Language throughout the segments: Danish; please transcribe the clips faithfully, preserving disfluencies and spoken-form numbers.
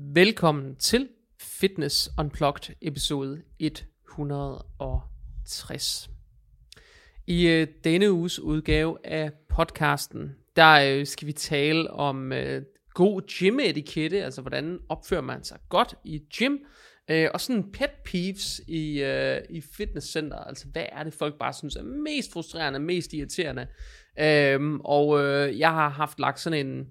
Velkommen til Fitness Unplugged episode et hundrede og tres. I øh, denne uges udgave af podcasten, der øh, skal vi tale om øh, god gym-etikette, altså hvordan opfører man sig godt i gym, øh, og sådan pet peeves i, øh, i fitnesscenter, altså hvad er det folk bare synes er mest frustrerende, mest irriterende, øh, og øh, jeg har haft lagt sådan en,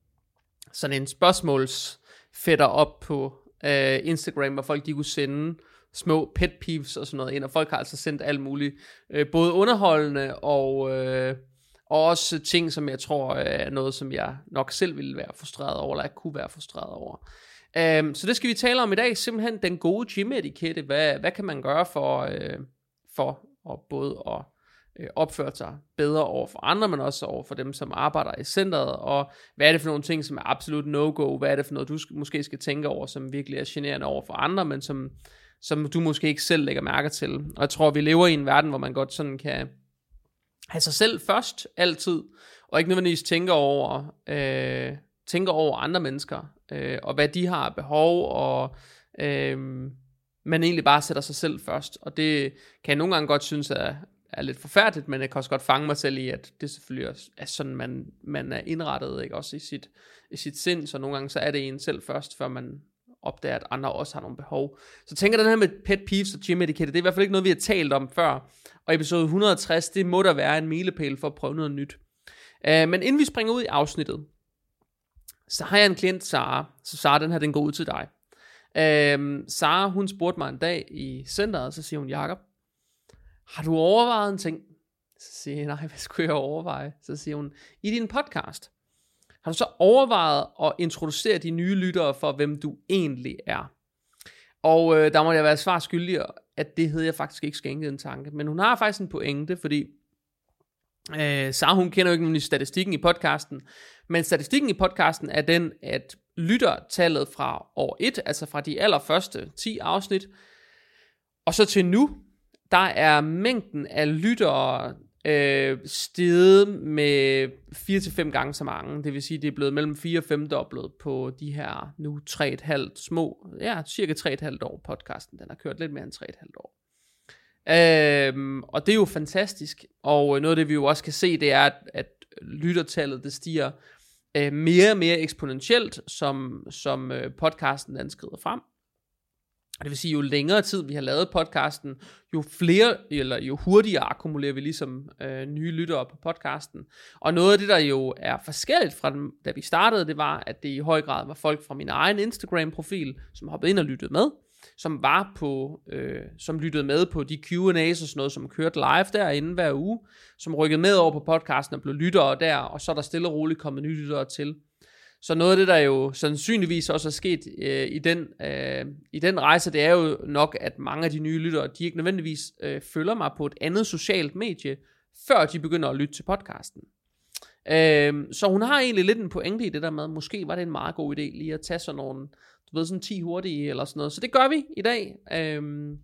sådan en spørgsmåls fætter op på øh, Instagram, hvor folk de kunne sende små pet peeves og sådan noget ind, og folk har altså sendt alt muligt, øh, både underholdende og, øh, og også ting, som jeg tror er noget, som jeg nok selv ville være frustreret over, eller jeg kunne være frustreret over. Um, så det skal vi tale om i dag, simpelthen den gode gym-etikette. Hvad, hvad kan man gøre for, øh, for at både at øh, opføre sig bedre over for andre, men også over for dem, som arbejder i centret, og hvad er det for nogle ting, som er absolut no-go, hvad er det for noget, du skal, måske skal tænke over, som virkelig er generende over for andre, men som, som du måske ikke selv lægger mærke til. Og jeg tror, vi lever i en verden, hvor man godt sådan kan have sig selv først, altid, og ikke nødvendigvis tænke over, øh, tænke over andre mennesker, øh, og hvad de har behov, og øh, man egentlig bare sætter sig selv først, og det kan jeg nogle gange godt synes er, er lidt forfærdeligt, men jeg kan også godt fange mig selv i, at det selvfølgelig også er sådan, man, man er indrettet, ikke? Også i sit, i sit sind, så nogle gange så er det en selv først, før man opdager, at andre også har nogle behov. Så tænker den her med pet peeves og gym-etikette, det er i hvert fald ikke noget, vi har talt om før, og episode et hundrede og tres, det må der være en milepæl for at prøve noget nyt. Uh, men inden vi springer ud i afsnittet, så har jeg en klient, Sara, så Sara, den her, den går ud til dig. Uh, Sara, hun spurgte mig en dag i centeret, så siger hun, Jakob, har du overvejet en ting? Så siger jeg, nej, hvad skulle jeg overveje? Så siger hun, i din podcast, har du så overvejet at introducere de nye lyttere for, hvem du egentlig er? Og øh, der må jeg være svar skyldig, at det havde jeg faktisk ikke skænket en tanke. Men hun har faktisk en pointe, fordi øh, Sara, hun kender jo ikke nogen statistikken i podcasten, men statistikken i podcasten er den, at lyttertallet fra år et, altså fra de allerførste ti afsnit, og så til nu, der er mængden af lyttere øh, steget med fire til fem gange så mange. Det vil sige, det er blevet mellem fire og fem doblet på de her nu tre et halvt små, ja, cirka tre et halvt år podcasten. Den har kørt lidt mere end tre et halvt år. Øh, og det er jo fantastisk. Og noget af det, vi jo også kan se, det er, at, at lyttertallet, det stiger øh, mere og mere eksponentielt, som, som øh, podcasten den skrider frem. Det vil sige, jo længere tid vi har lavet podcasten, jo flere, eller jo hurtigere akkumulerer vi ligesom øh, nye lyttere på podcasten. Og noget af det, der jo er forskelligt fra dem, da vi startede, det var, at det i høj grad var folk fra min egen Instagram-profil, som hoppede ind og lyttede med, som var på, øh, som lyttede med på de Q and A's og sådan noget, som kørte live derinde hver uge, som rykkede med over på podcasten og blev lyttere der, og så er der stille og roligt kommet nye lyttere til. Så noget af det, der jo sandsynligvis også er sket øh, i, den, øh, i den rejse, det er jo nok, at mange af de nye lyttere, de ikke nødvendigvis øh, følger mig på et andet socialt medie, før de begynder at lytte til podcasten. Øh, så hun har egentlig lidt en pointe i det der med, måske var det en meget god idé lige at tage sådan nogle, du ved, sådan ti hurtige eller sådan noget. Så det gør vi i dag. Øh,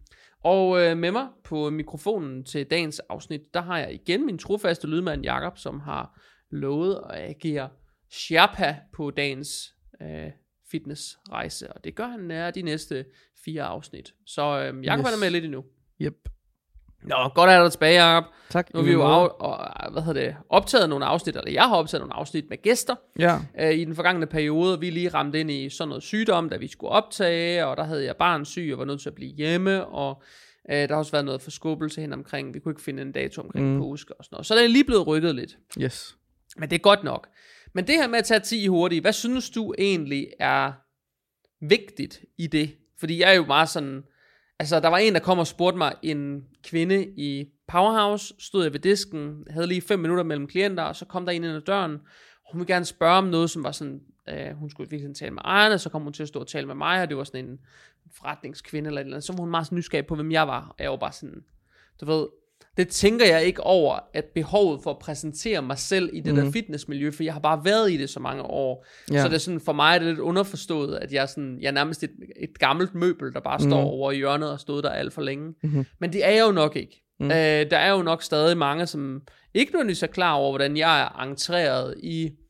og øh, med mig på mikrofonen til dagens afsnit, der har jeg igen min trofaste lydmand Jakob, som har lovet at agere Sherpa på dagens øh, fitnessrejse, og det gør han er de næste fire afsnit. Så øh, Jakob yes. er med lidt endnu. Yep. Nå, godt er der tilbage, Jakob. Tak. Nu har vi jo af, og, hvad hedder det, optaget nogle afsnit, eller jeg har optaget nogle afsnit med gæster ja. øh, i den forgangne periode. Vi lige ramte ind i sådan noget sygdom, da vi skulle optage, og der havde jeg barn syg, og var nødt til at blive hjemme, og øh, der har også været noget forskubbelse hen omkring, vi kunne ikke finde en dato omkring mm. påske og sådan noget. Så det er lige blevet rykket lidt. Yes. Men det er godt nok. Men det her med at tage ti hurtigt, hvad synes du egentlig er vigtigt i det? Fordi jeg er jo meget sådan, altså der var en, der kom og spurgte mig, en kvinde i Powerhouse, stod jeg ved disken, havde lige fem minutter mellem klienter, og så kom der en ind ad døren, og hun ville gerne spørge om noget, som var sådan, øh, hun skulle virkelig tale med ejerne, så kom hun til at stå og tale med mig, og det var sådan en forretningskvinde eller et eller andet, så var hun meget sådan nysgerrig på, hvem jeg var, og jeg var bare sådan, du ved, det tænker jeg ikke over, at behovet for at præsentere mig selv i det mm. der fitnessmiljø, for jeg har bare været i det så mange år. Ja. Så det er sådan, for mig er det lidt underforstået, at jeg, sådan, jeg er nærmest et, et gammelt møbel, der bare mm. står over i hjørnet og stod der alt for længe. Mm-hmm. Men det er jeg jo nok ikke. Mm. Øh, der er jo nok stadig mange, som ikke nødvendigvis er klar over, hvordan jeg er entreret i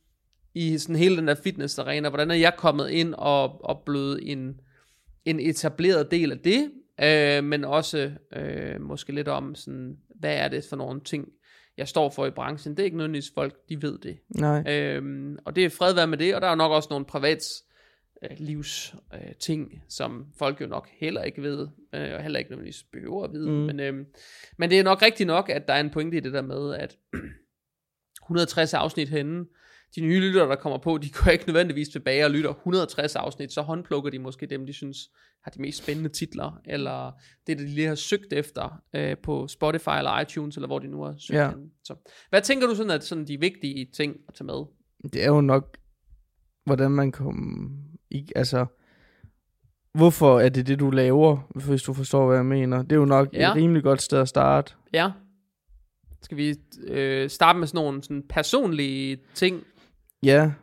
i sådan hele den der fitness arena, hvordan er jeg kommet ind og, og blevet en, en etableret del af det, øh, men også øh, måske lidt om sådan, hvad er det for nogle ting, jeg står for i branchen. Det er ikke nødvendigvis folk, de ved det. Nej. Øhm, og det er fred være med det, og der er nok også nogle privats øh, livs øh, ting, som folk jo nok heller ikke ved, øh, og heller ikke nødvendigvis behøver at vide. Mm. Men, øh, men det er nok rigtigt nok, at der er en pointe i det der med, at et hundrede og tres afsnit henne, de nye lyttere, der kommer på, de går ikke nødvendigvis tilbage og lytter et hundrede og tres afsnit, så håndplukker de måske dem, de synes har de mest spændende titler, eller det, de lige har søgt efter øh, på Spotify eller iTunes, eller hvor de nu har søgt ja. henne. Så, hvad tænker du sådan, at sådan de vigtige ting at tage med? Det er jo nok, hvordan man kommer i, altså, hvorfor er det det, du laver, hvis du forstår, hvad jeg mener. Det er jo nok ja. et rimelig godt sted at starte. Ja. Skal vi øh, starte med sådan nogle sådan personlige ting? Ja.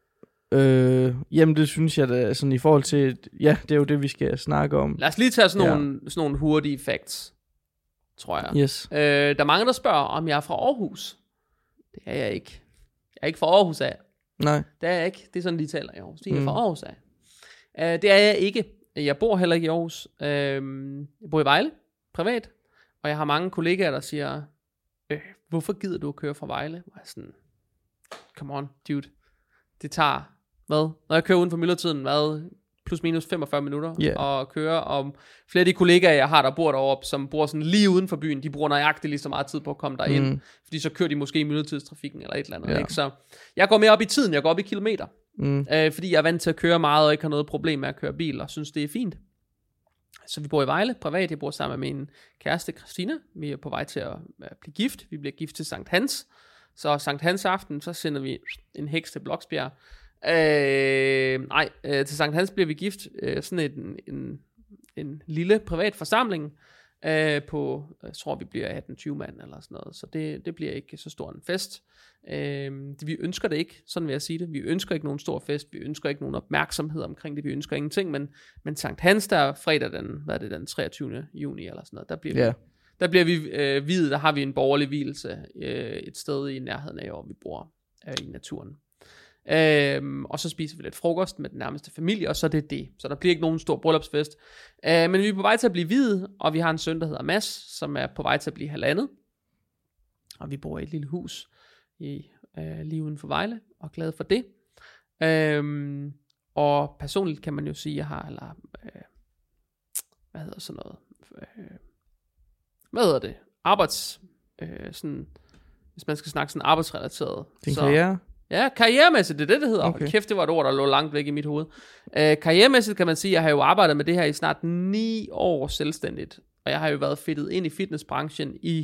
Øh, jamen det synes jeg da, sådan i forhold til, ja, det er jo det, vi skal snakke om. Lad os lige tage sådan, ja. nogle, sådan nogle hurtige facts, tror jeg. Yes. Øh, der er mange, der spørger, om jeg er fra Aarhus. Det er jeg ikke. Jeg er ikke fra Aarhus af. Nej. Det er jeg ikke. Det er sådan, de taler i Aarhus. De er mm. fra Aarhus af. Øh, det er jeg ikke. Jeg bor heller ikke i Aarhus. Øh, jeg bor i Vejle, privat. Og jeg har mange kollegaer, der siger, øh, hvorfor gider du at køre fra Vejle? Og jeg er sådan, come on, dude. Det tager, hvad? Når jeg kører uden for myldretiden, hvad? Plus minus femogfyrre minutter. Yeah. Og kører om flere af de kollegaer, jeg har, der bor deroppe, som bor sådan lige uden for byen, de bruger nøjagtigt lige så meget tid på at komme derind. Mm. Fordi så kører de måske i myldretidstrafikken eller et eller andet. Yeah. Ikke? Så jeg går mere op i tiden, jeg går op i kilometer. Mm. Øh, fordi jeg er vant til at køre meget, og ikke har noget problem med at køre bil, og synes det er fint. Så vi bor i Vejle, privat. Jeg bor sammen med min kæreste, Christina. Vi er på vej til at blive gift. Vi bliver gift til Sankt Hans. Så Sankt Hans aften, så sender vi en heks til Bloksbjerg. Øh, nej, øh, til Sankt Hans bliver vi gift. Øh, sådan en, en, en lille privat forsamling. Øh, på, jeg tror vi bliver atten tyve mand eller sådan noget. Så det, det bliver ikke så stor en fest. Øh, det, vi ønsker det ikke, sådan vil jeg sige det. Vi ønsker ikke nogen stor fest. Vi ønsker ikke nogen opmærksomhed omkring det. Vi ønsker ingenting. Men, men Sankt Hans, der fredag den, hvad er det, den treogtyvende juni eller sådan noget, der bliver yeah. vi Der bliver vi øh, videt, der har vi en borgerlig hvilelse øh, et sted i nærheden af, hvor vi bor øh, i naturen. Øh, og så spiser vi lidt frokost med den nærmeste familie, og så er det det. Så der bliver ikke nogen stor bryllupsfest. Øh, men vi er på vej til at blive videt, og vi har en søn, der hedder Mads, som er på vej til at blive halvandet. Og vi bor i et lille hus i, øh, lige uden for Vejle, og er glade for det. Øh, og personligt kan man jo sige, at jeg har, eller, øh, hvad hedder sådan noget... Øh, hvad hedder det? Arbejds, øh, sådan, hvis man skal snakke sådan arbejdsrelateret. Din så, karriere? Ja, karrieremæssigt, det er det, det hedder. Okay. Kæft, det var et ord, der lå langt væk i mit hoved. Øh, karrieremæssigt kan man sige, at jeg har jo arbejdet med det her i snart ni år selvstændigt. Og jeg har jo været fedtet ind i fitnessbranchen i,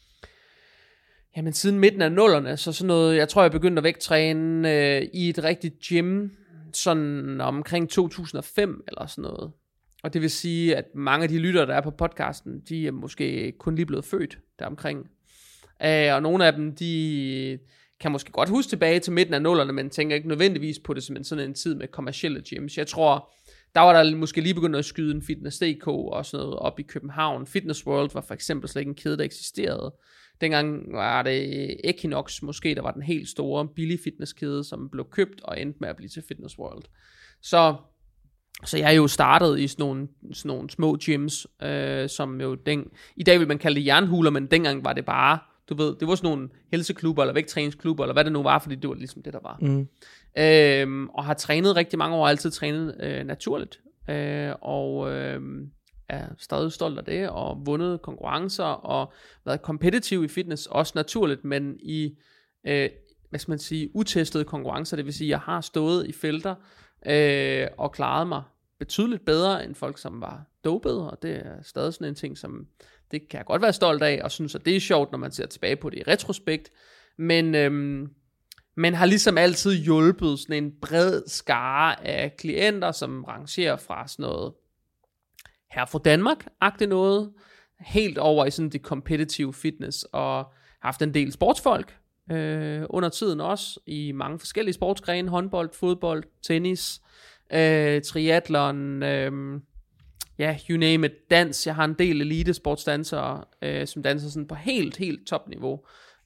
jamen siden midten af nullerne. Så sådan noget, jeg tror, jeg begyndte at vægttræne øh, i et rigtigt gym, sådan omkring to tusind og fem eller sådan noget. Og det vil sige, at mange af de lyttere, der er på podcasten, de er måske kun lige blevet født deromkring. Øh, og nogle af dem, de kan måske godt huske tilbage til midten af nullerne, men tænker ikke nødvendigvis på det som en sådan en tid med kommercielle gyms. Jeg tror, der var der måske lige begyndt at skyde en Fitness punktum d k og sådan noget op i København. Fitness World var for eksempel slet ikke en kæde, der eksisterede. Dengang var det Equinox måske, der var den helt store billige fitnesskæde, som blev købt og endte med at blive til Fitness World. Så... Så jeg er jo startet i sådan nogle, sådan nogle små gyms, øh, som jo den, i dag vil man kalde det jernhuler, men dengang var det bare, du ved, det var sådan nogle helseklubber, eller vægttræningsklubber, eller hvad det nu var, fordi det var ligesom det, der var. Mm. Øhm, og har trænet rigtig mange år, altid trænet øh, naturligt, øh, og øh, er stadig stolt af det, og vundet konkurrencer, og været kompetitiv i fitness, også naturligt, men i, øh, hvad skal man sige, utestede konkurrencer, det vil sige, jeg har stået i felter, Øh, og klarede mig betydeligt bedre end folk, som var doped, og det er stadig sådan en ting, som det kan jeg godt være stolt af, og synes, at det er sjovt, når man ser tilbage på det i retrospekt, men øhm, man har ligesom altid hjulpet sådan en bred skare af klienter, som rangerer fra sådan noget her fra Danmark-agtigt noget, helt over i sådan det competitive fitness, og haft en del sportsfolk, Øh, under tiden også i mange forskellige sportsgrene, håndbold, fodbold, tennis, øh, triathlon, øh, ja, you name it, dans. Jeg har en del elite sportsdansere, øh, som danser sådan på helt, helt topniveau.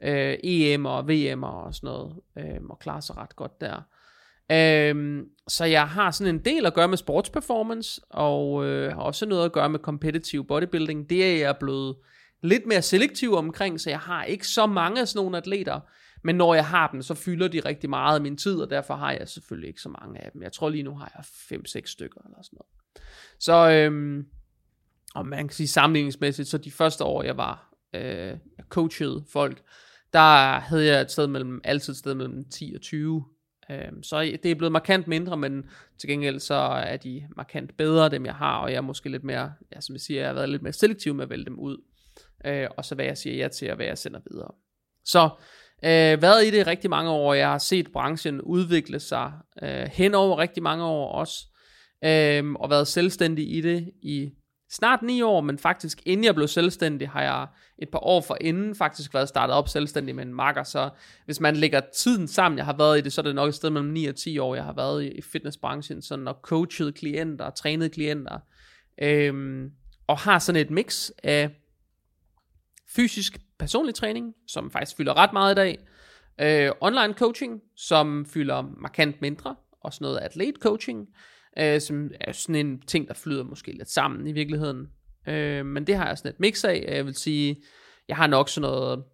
øh, E M og V M og sådan noget, øh, og klarer sig ret godt der. Øh, så jeg har sådan en del at gøre med sportsperformance, og øh, har også noget at gøre med competitive bodybuilding. Det er jeg blevet lidt mere selektiv omkring, så jeg har ikke så mange af sådan nogle atleter, men når jeg har dem, så fylder de rigtig meget af min tid, og derfor har jeg selvfølgelig ikke så mange af dem. Jeg tror lige nu har jeg fem seks stykker eller sådan noget. Så, øhm, og man kan sige sammenligningsmæssigt, så de første år, jeg var, øh, jeg coachede folk, der havde jeg et sted mellem, altid et sted mellem ti og tyve. Øhm, så det er blevet markant mindre, men til gengæld så er de markant bedre, dem jeg har, og jeg er måske lidt mere, ja, som jeg siger, jeg har været lidt mere selektiv med at vælge dem ud. Øh, og så hvad jeg siger ja til, og hvad jeg sender videre. Så øh, været i det rigtig mange år. Jeg har set branchen udvikle sig øh, hen over rigtig mange år også, øh, og været selvstændig i det i snart ni år, men faktisk inden jeg blev selvstændig, har jeg et par år forinden faktisk været startet op selvstændig med en makker. Så hvis man lægger tiden sammen, jeg har været i det, så er det nok et sted mellem ni og ti år, jeg har været i, i fitnessbranchen, sådan og coachet klienter, trænet klienter, øh, og har sådan et mix af fysisk personlig træning, som faktisk fylder ret meget i dag. Øh, online coaching, som fylder markant mindre. Og sådan noget athlete coaching, øh, som er sådan en ting, der flyder måske lidt sammen i virkeligheden. Øh, men det har jeg sådan et mix af. Jeg vil sige, jeg har nok sådan noget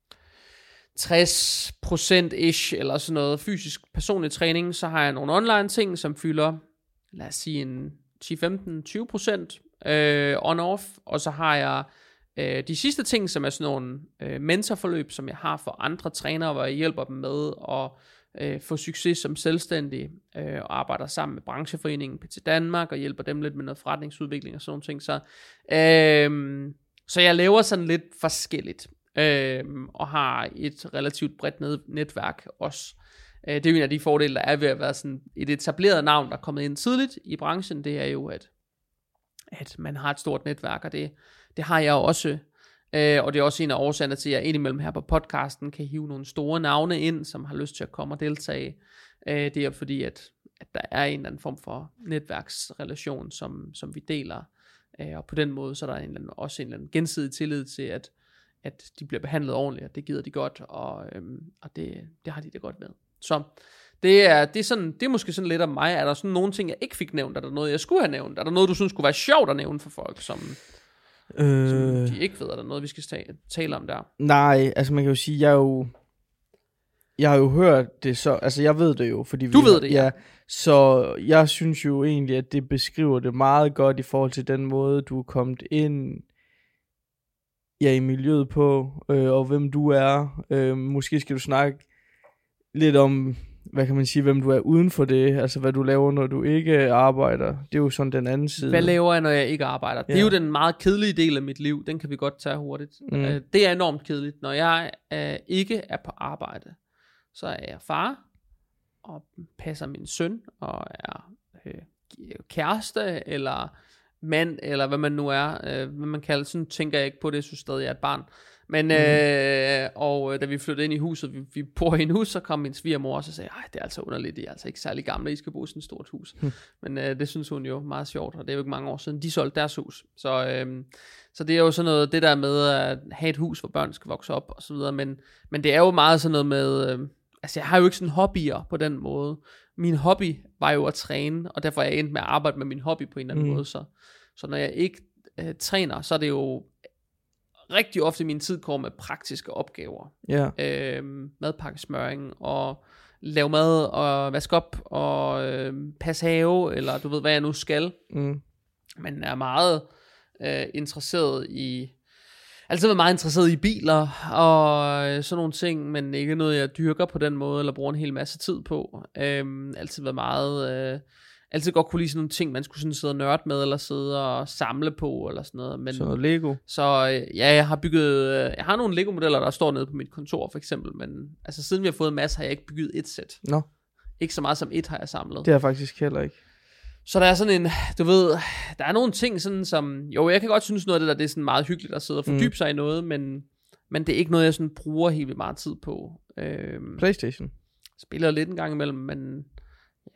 tres procent-ish, eller sådan noget fysisk personlig træning. Så har jeg nogle online ting, som fylder, lad os sige en ti femten tyve procent øh, on-off. Og så har jeg de sidste ting, som er sådan nogle øh, mentorforløb, som jeg har for andre trænere, hvor jeg hjælper dem med at øh, få succes som selvstændig, øh, og arbejder sammen med brancheforeningen P T Danmark, og hjælper dem lidt med noget forretningsudvikling og sådan nogle ting. Så, øh, så jeg laver sådan lidt forskelligt, øh, og har et relativt bredt netværk også. Øh, det er jo en af de fordele, der er ved at være sådan et etableret navn, der er kommet ind tidligt i branchen. Det er jo, at, at man har et stort netværk, og det Det har jeg også, øh, og det er også en af årsagerne til, at jeg indimellem her på podcasten kan hive nogle store navne ind, som har lyst til at komme og deltage. Øh, det er fordi, at, at der er en eller anden form for netværksrelation, som, som vi deler. Øh, og på den måde, så er der en eller anden, også en eller anden gensidig tillid til, at, at de bliver behandlet ordentligt, og det gider de godt, og, øhm, og det, det har de det godt med. Så det er, det, er sådan, det er måske sådan lidt om mig. Er der sådan nogle ting, jeg ikke fik nævnt? Er der noget, jeg skulle have nævnt? Er der noget, du synes skulle være sjovt at nævne for folk, som... Øh, som de ikke ved, er der noget, vi skal tale, tale om der? Nej, altså man kan jo sige, jeg er jo, jeg har jo hørt det så, altså jeg ved det jo, fordi du vi ved har, det, ja. ja. Så jeg synes jo egentlig, at det beskriver det meget godt i forhold til den måde, du er kommet ind ja, i miljøet på, øh, og hvem du er. Øh, måske skal du snakke lidt om, hvad kan man sige, hvem du er uden for det, altså hvad du laver, når du ikke arbejder. Det er jo sådan den anden side. Hvad laver jeg, når jeg ikke arbejder? Ja. Det er jo den meget kedelige del af mit liv, den kan vi godt tage hurtigt. Mm. Uh, det er enormt kedeligt. Når jeg uh, ikke er på arbejde, så er jeg far, og passer min søn, og er uh, kæreste, eller mand, eller hvad man nu er, uh, hvad man kalder, sådan tænker jeg ikke på det, jeg synes stadig, jeg er et barn. Men, mm. øh, og da vi flyttede ind i huset, vi, vi bor i en hus, så kom min svigermor og så sagde, ej, det er altså underligt, I er altså ikke særlig gamle, I skal bo i sådan et stort hus. Mm. Men øh, det synes hun jo meget sjovt, og det er jo ikke mange år siden, de solgte deres hus. Så, øh, så det er jo sådan noget, det der med at have et hus, hvor børn skal vokse op, og så videre. Men, men det er jo meget sådan noget med, øh, altså jeg har jo ikke sådan hobbyer på den måde. Min hobby var jo at træne, og derfor er jeg endt med at arbejde med min hobby på en eller anden mm. måde. Så, så når jeg ikke øh, træner, så er det jo rigtig ofte min tid går med praktiske opgaver. Ja. Øhm, madpakkesmøring og lave mad og vaske op og øhm, passe have, eller du ved hvad jeg nu skal. Mm. Men er meget øh, interesseret i, altid været meget interesseret i biler og øh, sådan nogle ting, men ikke noget jeg dyrker på den måde eller bruger en hel masse tid på. Øhm, altid været meget øh, altid godt kunne lide sådan nogle ting, man skulle sådan sidde og nørde med, eller sidde og samle på, eller sådan noget. Men, så Lego? Så ja, jeg har bygget, jeg har nogle Lego-modeller, der står nede på mit kontor, for eksempel, men altså siden vi har fået en masse, har jeg ikke bygget et sæt. Nå. Ikke så meget som et har jeg samlet. Det har jeg faktisk heller ikke. Så der er sådan en, du ved, der er nogle ting sådan som, jo, jeg kan godt synes noget af det der, det er sådan meget hyggeligt at sidde og fordybe mm. sig i noget, men, men det er ikke noget, jeg sådan bruger helt vildt meget tid på. Øhm, PlayStation? Spiller lidt en gang imellem, men ja,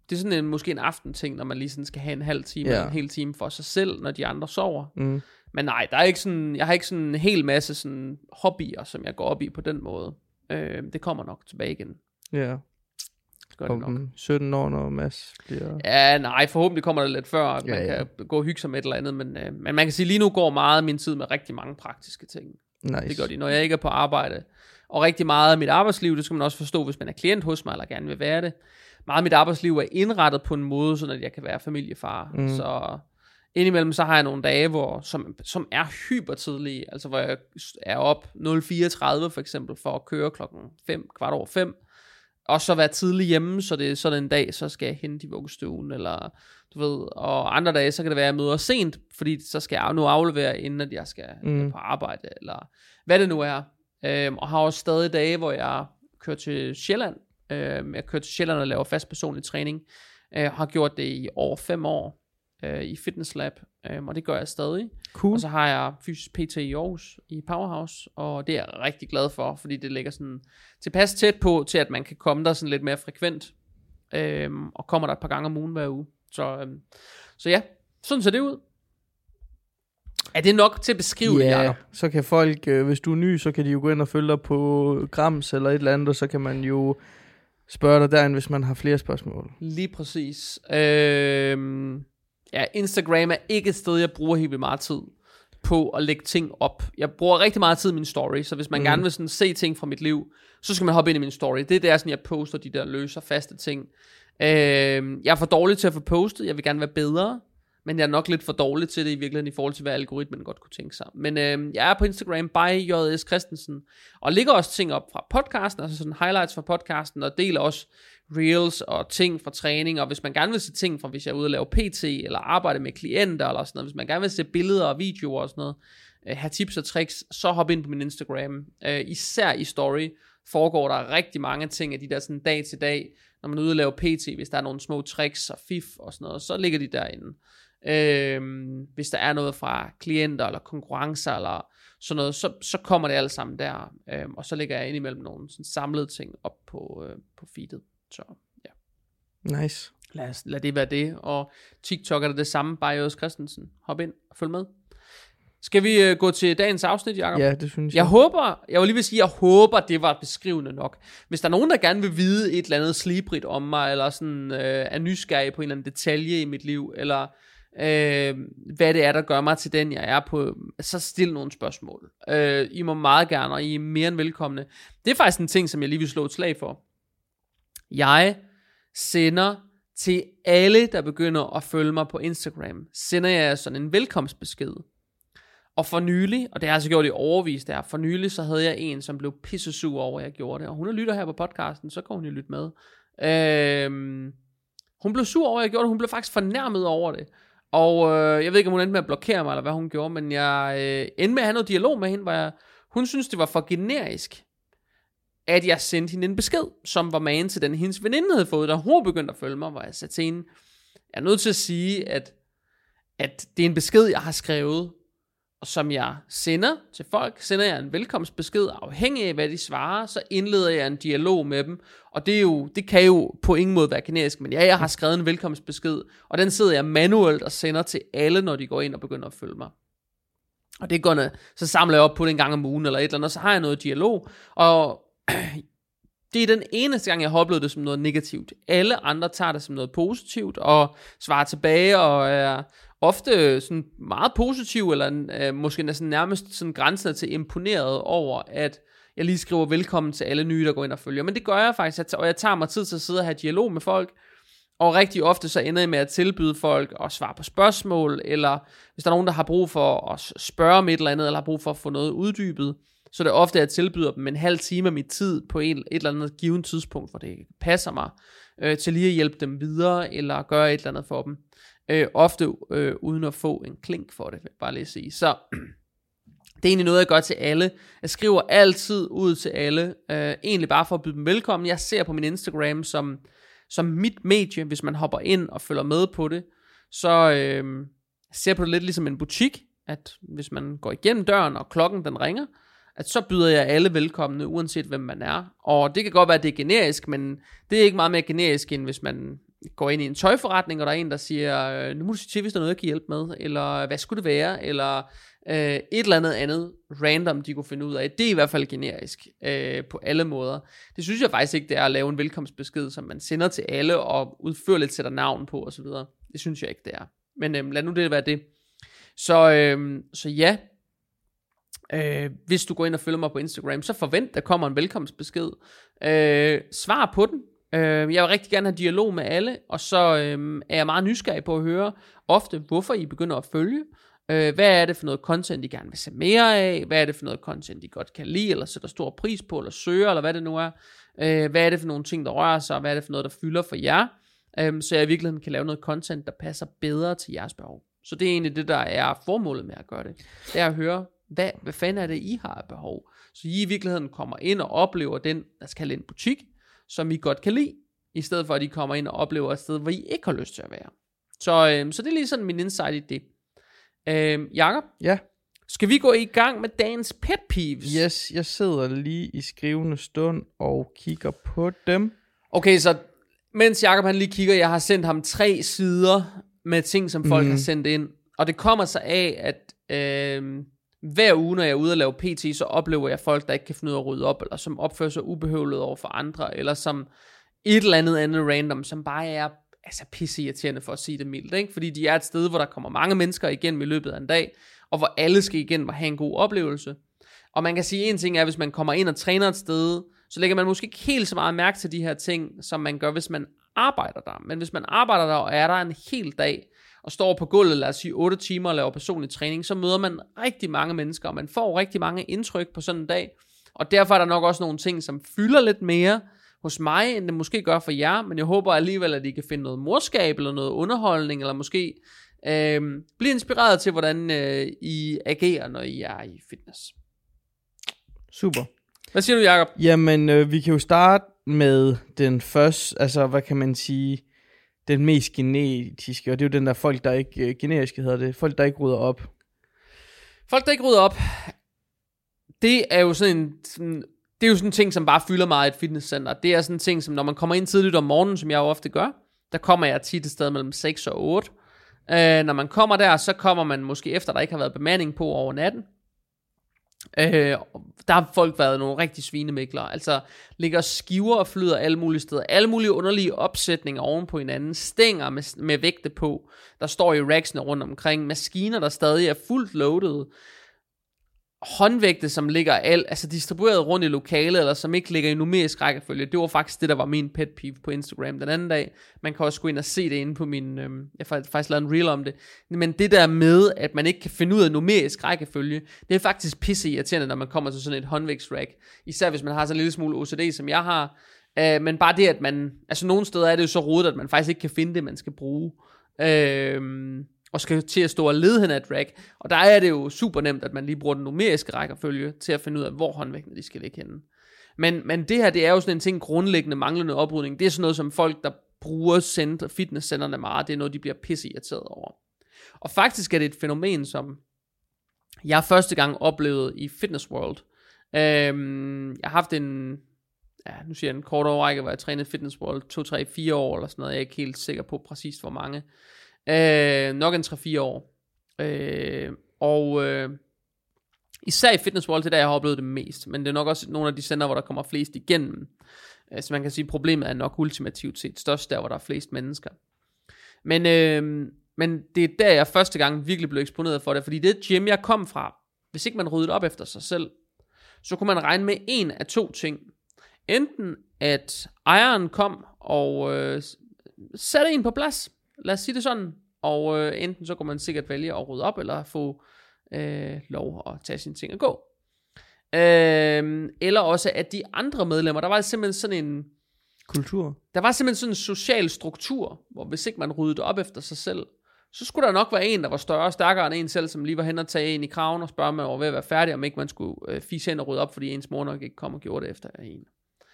det er sådan en, måske en aftenting, når man lige sådan skal have en halv time, Ja. eller en hel time for sig selv, når de andre sover. Mm. Men nej, der er ikke sådan, jeg har ikke sådan en hel masse sådan hobbyer, som jeg går op i på den måde. Øh, det kommer nok tilbage igen. Ja. Det gør det nok. Om sytten år, når Mads bliver... Ja, nej, forhåbentlig kommer det lidt før, at man Ja, ja. kan gå og hygge sig med et eller andet, men, øh, men man kan sige, lige nu går meget af min tid med rigtig mange praktiske ting. Nice. Det gør de, når jeg ikke er på arbejde. Og rigtig meget af mit arbejdsliv, det skal man også forstå, hvis man er klient hos mig, eller gerne vil være det. Meget af mit arbejdsliv er indrettet på en måde, så at jeg kan være familiefar. Mm. Så indimellem så har jeg nogle dage, hvor, som, som er hypertidlige, altså hvor jeg er op nul fireogtredive for eksempel, for at køre klokken fem, kvart over fem. Og så være tidlig hjemme, så det er sådan en dag, så skal jeg hente i vuggestuen, eller du ved, og andre dage, så kan det være, at jeg møder sent, fordi så skal jeg nu aflevere, inden at jeg skal mm. på arbejde, eller hvad det nu er. Øhm, og har også stadig dage, hvor jeg kører til Sjælland. Øhm, jeg kører til Sjælland og laver fast personlig træning. Jeg har gjort det i over fem år øh, i Fitness Lab, øhm, og det gør jeg stadig. Cool. Og så har jeg fysisk P T i Aarhus i Powerhouse, og det er jeg rigtig glad for, fordi det ligger sådan tilpas tæt på, til at man kan komme der sådan lidt mere frekvent, øhm, og kommer der et par gange om ugen hver uge. Så, øhm, så ja, sådan ser det ud. Er det nok til at beskrive det, Ja, Jacob? så kan folk, øh, hvis du er ny, så kan de jo gå ind og følge dig på Grams eller et eller andet, og så kan man jo spørge dig derinde, hvis man har flere spørgsmål. Lige præcis. Øhm, ja, Instagram er ikke et sted, jeg bruger helt vildt meget tid på at lægge ting op. Jeg bruger rigtig meget tid i min story, så hvis man mm. gerne vil sådan se ting fra mit liv, så skal man hoppe ind i min story. Det er der, sådan jeg poster de der løse og faste ting. Øhm, jeg er for dårlig til at få postet, jeg vil gerne være bedre, men jeg er nok lidt for dårlig til det i virkeligheden, i forhold til hvad algoritmen godt kunne tænke sig. Men øhm, jeg er på Instagram by J S Christensen, og lægger også ting op fra podcasten, altså sådan highlights fra podcasten, og deler også reels og ting fra træning, og hvis man gerne vil se ting fra, hvis jeg er ude og lave P T, eller arbejde med klienter, eller sådan noget, hvis man gerne vil se billeder og videoer og sådan noget, øh, have tips og tricks, så hop ind på min Instagram. Øh, især i story foregår der rigtig mange ting af de der sådan dag til dag, når man er ude og lave P T, hvis der er nogle små tricks og fif og sådan noget, så ligger de derinde. Øhm, hvis der er noget fra klienter eller konkurrencer eller sådan noget, så, så kommer det alle sammen der, øhm, og så lægger jeg indimellem nogle sådan samlede ting op på, øh, på feedet. Så ja, Nice. lad, os, lad det være det. Og TikTok er det det samme, bare J S Christensen. Hop ind og følg med. Skal vi øh, gå til dagens afsnit, Jacob? Ja, det synes jeg. Jeg håber, jeg vil lige vil sige, jeg håber, det var beskrivende nok. Hvis der er nogen, der gerne vil vide et eller andet slibrigt om mig, eller sådan øh, er nysgerrig på en eller anden detalje i mit liv, eller øh, hvad det er, der gør mig til den, jeg er på, så stil nogle spørgsmål. Øh, I må meget gerne, og I er mere end velkomne. Det er faktisk en ting, som jeg lige vil slå et slag for. Jeg sender til alle, der begynder at følge mig på Instagram, sender jeg sådan en velkomstbesked. Og for nylig, og det har jeg altså gjort i overvis der, for nylig så havde jeg en, som blev pissesur over, at jeg gjorde det, og hun er lytter her på podcasten, så kan hun jo lytte med. Øhm, hun blev sur over, at jeg gjorde det, hun blev faktisk fornærmet over det, og øh, jeg ved ikke, om hun endte med at blokere mig, eller hvad hun gjorde, men jeg øh, endte med at have noget dialog med hende, hvor jeg, hun synes det var for generisk, at jeg sendte hende en besked, som var magen til den, hendes veninde havde fået, da hun begyndte at følge mig, hvor jeg sagde til hende, jeg er nødt til at sige, at, at det er en besked, jeg har skrevet, og som jeg sender til folk, sender jeg en velkomstbesked, afhængig af hvad de svarer, så indleder jeg en dialog med dem, og det, er jo, det kan jo på ingen måde være generisk, men ja, jeg har skrevet en velkomstbesked, og den sidder jeg manuelt og sender til alle, når de går ind og begynder at følge mig. Og det går, så samler jeg op på det en gang om ugen, eller et eller andet, og så har jeg noget dialog, og det er den eneste gang, jeg har oplevet det som noget negativt. Alle andre tager det som noget positivt, og svarer tilbage, og er ofte sådan meget positiv, eller øh, måske næsten nærmest sådan grænsende til imponeret over, at jeg lige skriver velkommen til alle nye, der går ind og følger. Men det gør jeg faktisk, og jeg tager mig tid til at sidde og have dialog med folk, og rigtig ofte så ender jeg med at tilbyde folk at svare på spørgsmål, eller hvis der er nogen, der har brug for at spørge om et eller andet, eller har brug for at få noget uddybet, så det er ofte, at jeg tilbyder dem en halv time af min tid på et, et eller andet givet tidspunkt, hvor det passer mig, øh, til lige at hjælpe dem videre, eller gøre et eller andet for dem. Øh, ofte øh, uden at få en klink for det, vil jeg bare lige sige. Så det er egentlig noget, jeg gør til alle. Jeg skriver altid ud til alle, øh, egentlig bare for at byde dem velkommen. Jeg ser på min Instagram som, som mit medie, hvis man hopper ind og følger med på det. Så øh, ser på det lidt ligesom en butik, at hvis man går igennem døren, og klokken den ringer, at så byder jeg alle velkomne, uanset hvem man er. Og det kan godt være, at det er generisk, men det er ikke meget mere generisk, end hvis man går ind i en tøjforretning, og der er en, der siger, nu må du sige til, hvis der er noget, jeg kan hjælpe med, eller hvad skulle det være, eller øh, et eller andet andet random, de kunne finde ud af. Det er i hvert fald generisk øh, på alle måder. Det synes jeg faktisk ikke, det er at lave en velkomstbesked, som man sender til alle, og udførligt sætter navn på, osv. Det synes jeg ikke, det er. Men øh, lad nu det være det. Så, øh, så ja, øh, hvis du går ind og følger mig på Instagram, så forvent, der kommer en velkomstbesked. Øh, svar på den. Jeg vil rigtig gerne have dialog med alle, og så øhm, er jeg meget nysgerrig på at høre ofte, hvorfor I begynder at følge. Øh, hvad er det for noget content, I gerne vil se mere af? Hvad er det for noget content, I godt kan lide, eller sætter stor pris på, eller søger, eller hvad det nu er? Øh, hvad er det for nogle ting, der rører sig, og hvad er det for noget, der fylder for jer? Øh, så jeg i virkeligheden kan lave noget content, der passer bedre til jeres behov. Så det er egentlig det, der er formålet med at gøre det. Det er at høre, hvad, hvad fanden er det, I har af behov? Så I i virkeligheden kommer ind og oplever den, der skal kalde en butik, som I godt kan lide, i stedet for at I kommer ind og oplever et sted, hvor I ikke har lyst til at være. Så, øh, så det er lige sådan min insight i det. Øh, Jakob? Ja? Skal vi gå i gang med dagens pet peeves? Yes, jeg sidder lige i skrivende stund og kigger på dem. Okay, så mens Jakob han lige kigger, jeg har sendt ham tre sider med ting, som folk mm. har sendt ind. Og det kommer så af, at øh, hver uge, når jeg er ude og lave P T, så oplever jeg folk, der ikke kan finde ud af at rydde op, eller som opfører sig ubehøvlet over for andre, eller som et eller andet andet random, som bare er altså pisseirriterende for at sige det mildt, ikke? Fordi de er et sted, hvor der kommer mange mennesker igennem i løbet af en dag, og hvor alle skal igennem og have en god oplevelse. Og man kan sige, en ting er, hvis man kommer ind og træner et sted, så lægger man måske ikke helt så meget mærke til de her ting, som man gør, hvis man arbejder der. Men hvis man arbejder der, og er der en hel dag, og står på gulvet, lad os sige otte timer og laver personlig træning, så møder man rigtig mange mennesker, og man får rigtig mange indtryk på sådan en dag. Og derfor er der nok også nogle ting, som fylder lidt mere hos mig, end det måske gør for jer, men jeg håber alligevel, at I kan finde noget morskab, eller noget underholdning, eller måske øh, blive inspireret til, hvordan øh, I agerer, når I er i fitness. Super. Hvad siger du, Jacob? Jamen, øh, vi kan jo starte med den første, altså hvad kan man sige, den mest genetiske, og det er jo den der folk, der ikke, øh, generiske hedder det, folk, der ikke rydder op. Folk, der ikke rydder op, det er jo sådan en, sådan, det er jo sådan en ting, som bare fylder meget i et fitnesscenter. Det er sådan en ting, som når man kommer ind tidligt om morgenen, som jeg jo ofte gør, der kommer jeg tit et sted mellem seks og otte. Øh, når man kommer der, så kommer man måske efter, der ikke har været bemanding på over natten. Øh, der har folk været nogle rigtig svinemikler. Altså ligger skiver og flyder alle mulige steder. Alle mulige underlige opsætninger oven på hinanden. Stænger med, med vægte på, der står i racksene rundt omkring. Maskiner, der stadig er fuldt loaded. Håndvægte, som ligger al, altså distribueret rundt i lokalet, eller som ikke ligger i numerisk rækkefølge. Det var faktisk det, der var min pet peeve på Instagram den anden dag. Man kan også gå ind og se det inde på min, øhm, jeg har faktisk lavet en reel om det. Men det der med, at man ikke kan finde ud af numerisk rækkefølge, det er faktisk pisse irriterende, når man kommer til sådan et håndvægtsrack. Især hvis man har sådan en lille smule O C D, som jeg har. Øh, men bare det, at man, altså nogle steder er det jo så rodet, at man faktisk ikke kan finde det, man skal bruge. Øh, og skal til at stå og lede hen af et rack. Og der er det jo super nemt, at man lige bruger den numeriske rækkefølge til at finde ud af, hvor håndvægtene de skal ligge henne. Men, men det her, det er jo sådan en ting, grundlæggende manglende oprydning. Det er sådan noget, som folk, der bruger center, fitnesscenterne meget, det er noget, de bliver pisse irriteret over. Og faktisk er det et fænomen, som jeg første gang oplevede i Fitness World. Øhm, jeg har haft en, ja, nu siger jeg en kort overrække, hvor jeg trænede Fitness World to, tre, fire år, eller sådan noget. Jeg er ikke helt sikker på præcis, hvor mange. Øh, nok en tre fire år. Øh, og øh, især i Fitness World, det er der, jeg har oplevet det mest. Men det er nok også nogle af de center, hvor der kommer flest igennem. Øh, så man kan sige, problemet er nok ultimativt set størst der, hvor der er flest mennesker. Men, øh, men det er der, jeg første gang virkelig blev eksponeret for det. Fordi det gym, jeg kom fra, hvis ikke man ryddede op efter sig selv, så kunne man regne med en af to ting. Enten at ejeren kom og øh, satte en på plads. Lad os sige det sådan. Og øh, enten så kunne man sikkert vælge at rydde op, eller få øh, lov at tage sine ting og gå. Øh, eller også at de andre medlemmer, der var simpelthen sådan en kultur. Der var simpelthen sådan en social struktur, hvor hvis ikke man ryddede op efter sig selv, så skulle der nok være en, der var større og stærkere end en selv, som lige var hen og tage en i kraven og spørge, om man var ved at være færdig, om ikke man skulle øh, fise hen og rydde op, fordi ens mor nok ikke kom og gjorde det efter en.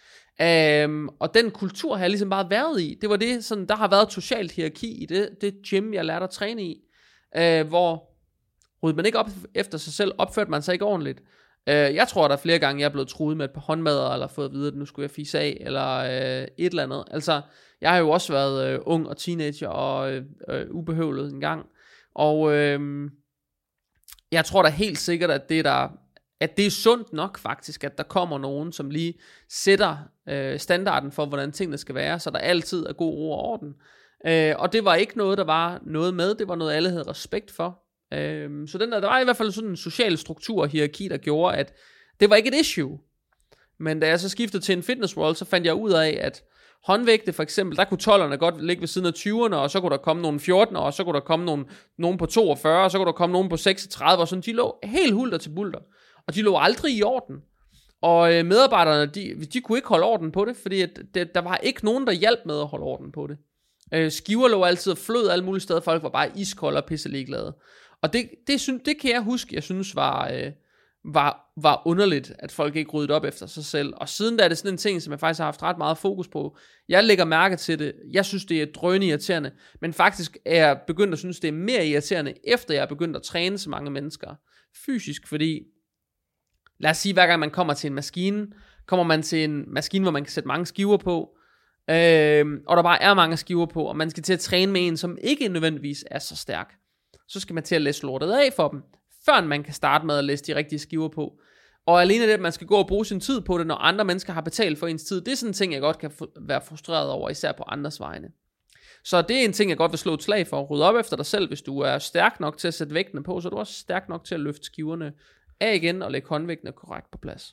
Um, og den kultur har jeg ligesom bare været i. Det var det, sådan, der har været et socialt hierarki i det, det gym, jeg lærte at træne i, uh, hvor ryddede man ikke op efter sig selv, opførte man sig ikke ordentligt. Uh, jeg tror, der er flere gange, jeg er blevet truet med et par håndmadder, eller fået at vide, at nu skulle jeg fise af, eller uh, et eller andet. Altså, Jeg har jo også været øh, ung og teenager og øh, øh, ubehøvlet en gang. Og øh, jeg tror da helt sikkert, at det, der, at det er sundt nok faktisk, at der kommer nogen, som lige sætter øh, standarden for, hvordan tingene skal være, så der altid er god ro og orden. Øh, og det var ikke noget, der var noget med, det var noget, alle havde respekt for. Øh, så den der, der var i hvert fald sådan en social struktur og hierarki, der gjorde, at det var ikke et issue. Men da jeg så skiftede til en Fitness World, så fandt jeg ud af, at håndvægte for eksempel, der kunne tolverne godt ligge ved siden af tyverne, og så kunne der komme nogle fjortenere, og så kunne der komme nogle, nogen på toogfyrre, og så kunne der komme nogen på seksogtredive, og sådan, de lå helt hulter til bulter. Og de lå aldrig i orden. Og øh, medarbejderne, de, de kunne ikke holde orden på det, fordi at det, der var ikke nogen, der hjalp med at holde orden på det. Øh, skiver lå altid og flød alle mulige steder, folk var bare iskolde og pisseliglade. Og det, det, synes, det kan jeg huske, jeg synes var... Øh, Var, var underligt, at folk ikke ryddede op efter sig selv. Og siden da er det sådan en ting, som jeg faktisk har haft ret meget fokus på. Jeg lægger mærke til det. Jeg synes, det er drønende irriterende. Men faktisk er jeg begyndt at synes, det er mere irriterende, efter jeg er begyndt at træne så mange mennesker fysisk. Fordi, lad os sige, hver gang man kommer til en maskine, kommer man til en maskine, hvor man kan sætte mange skiver på, øh, og der bare er mange skiver på, og man skal til at træne med en, som ikke nødvendigvis er så stærk. Så skal man til at læse lortet af for dem, før man kan starte med at læse de rigtige skiver på. Og alene det, at man skal gå og bruge sin tid på det, når andre mennesker har betalt for ens tid, det er sådan en ting, jeg godt kan være frustreret over, især på andres vegne. Så det er en ting, jeg godt vil slå et slag for. Rydde op efter dig selv, hvis du er stærk nok til at sætte vægtene på, så er du også stærk nok til at løfte skiverne af igen, og lægge håndvægtene korrekt på plads.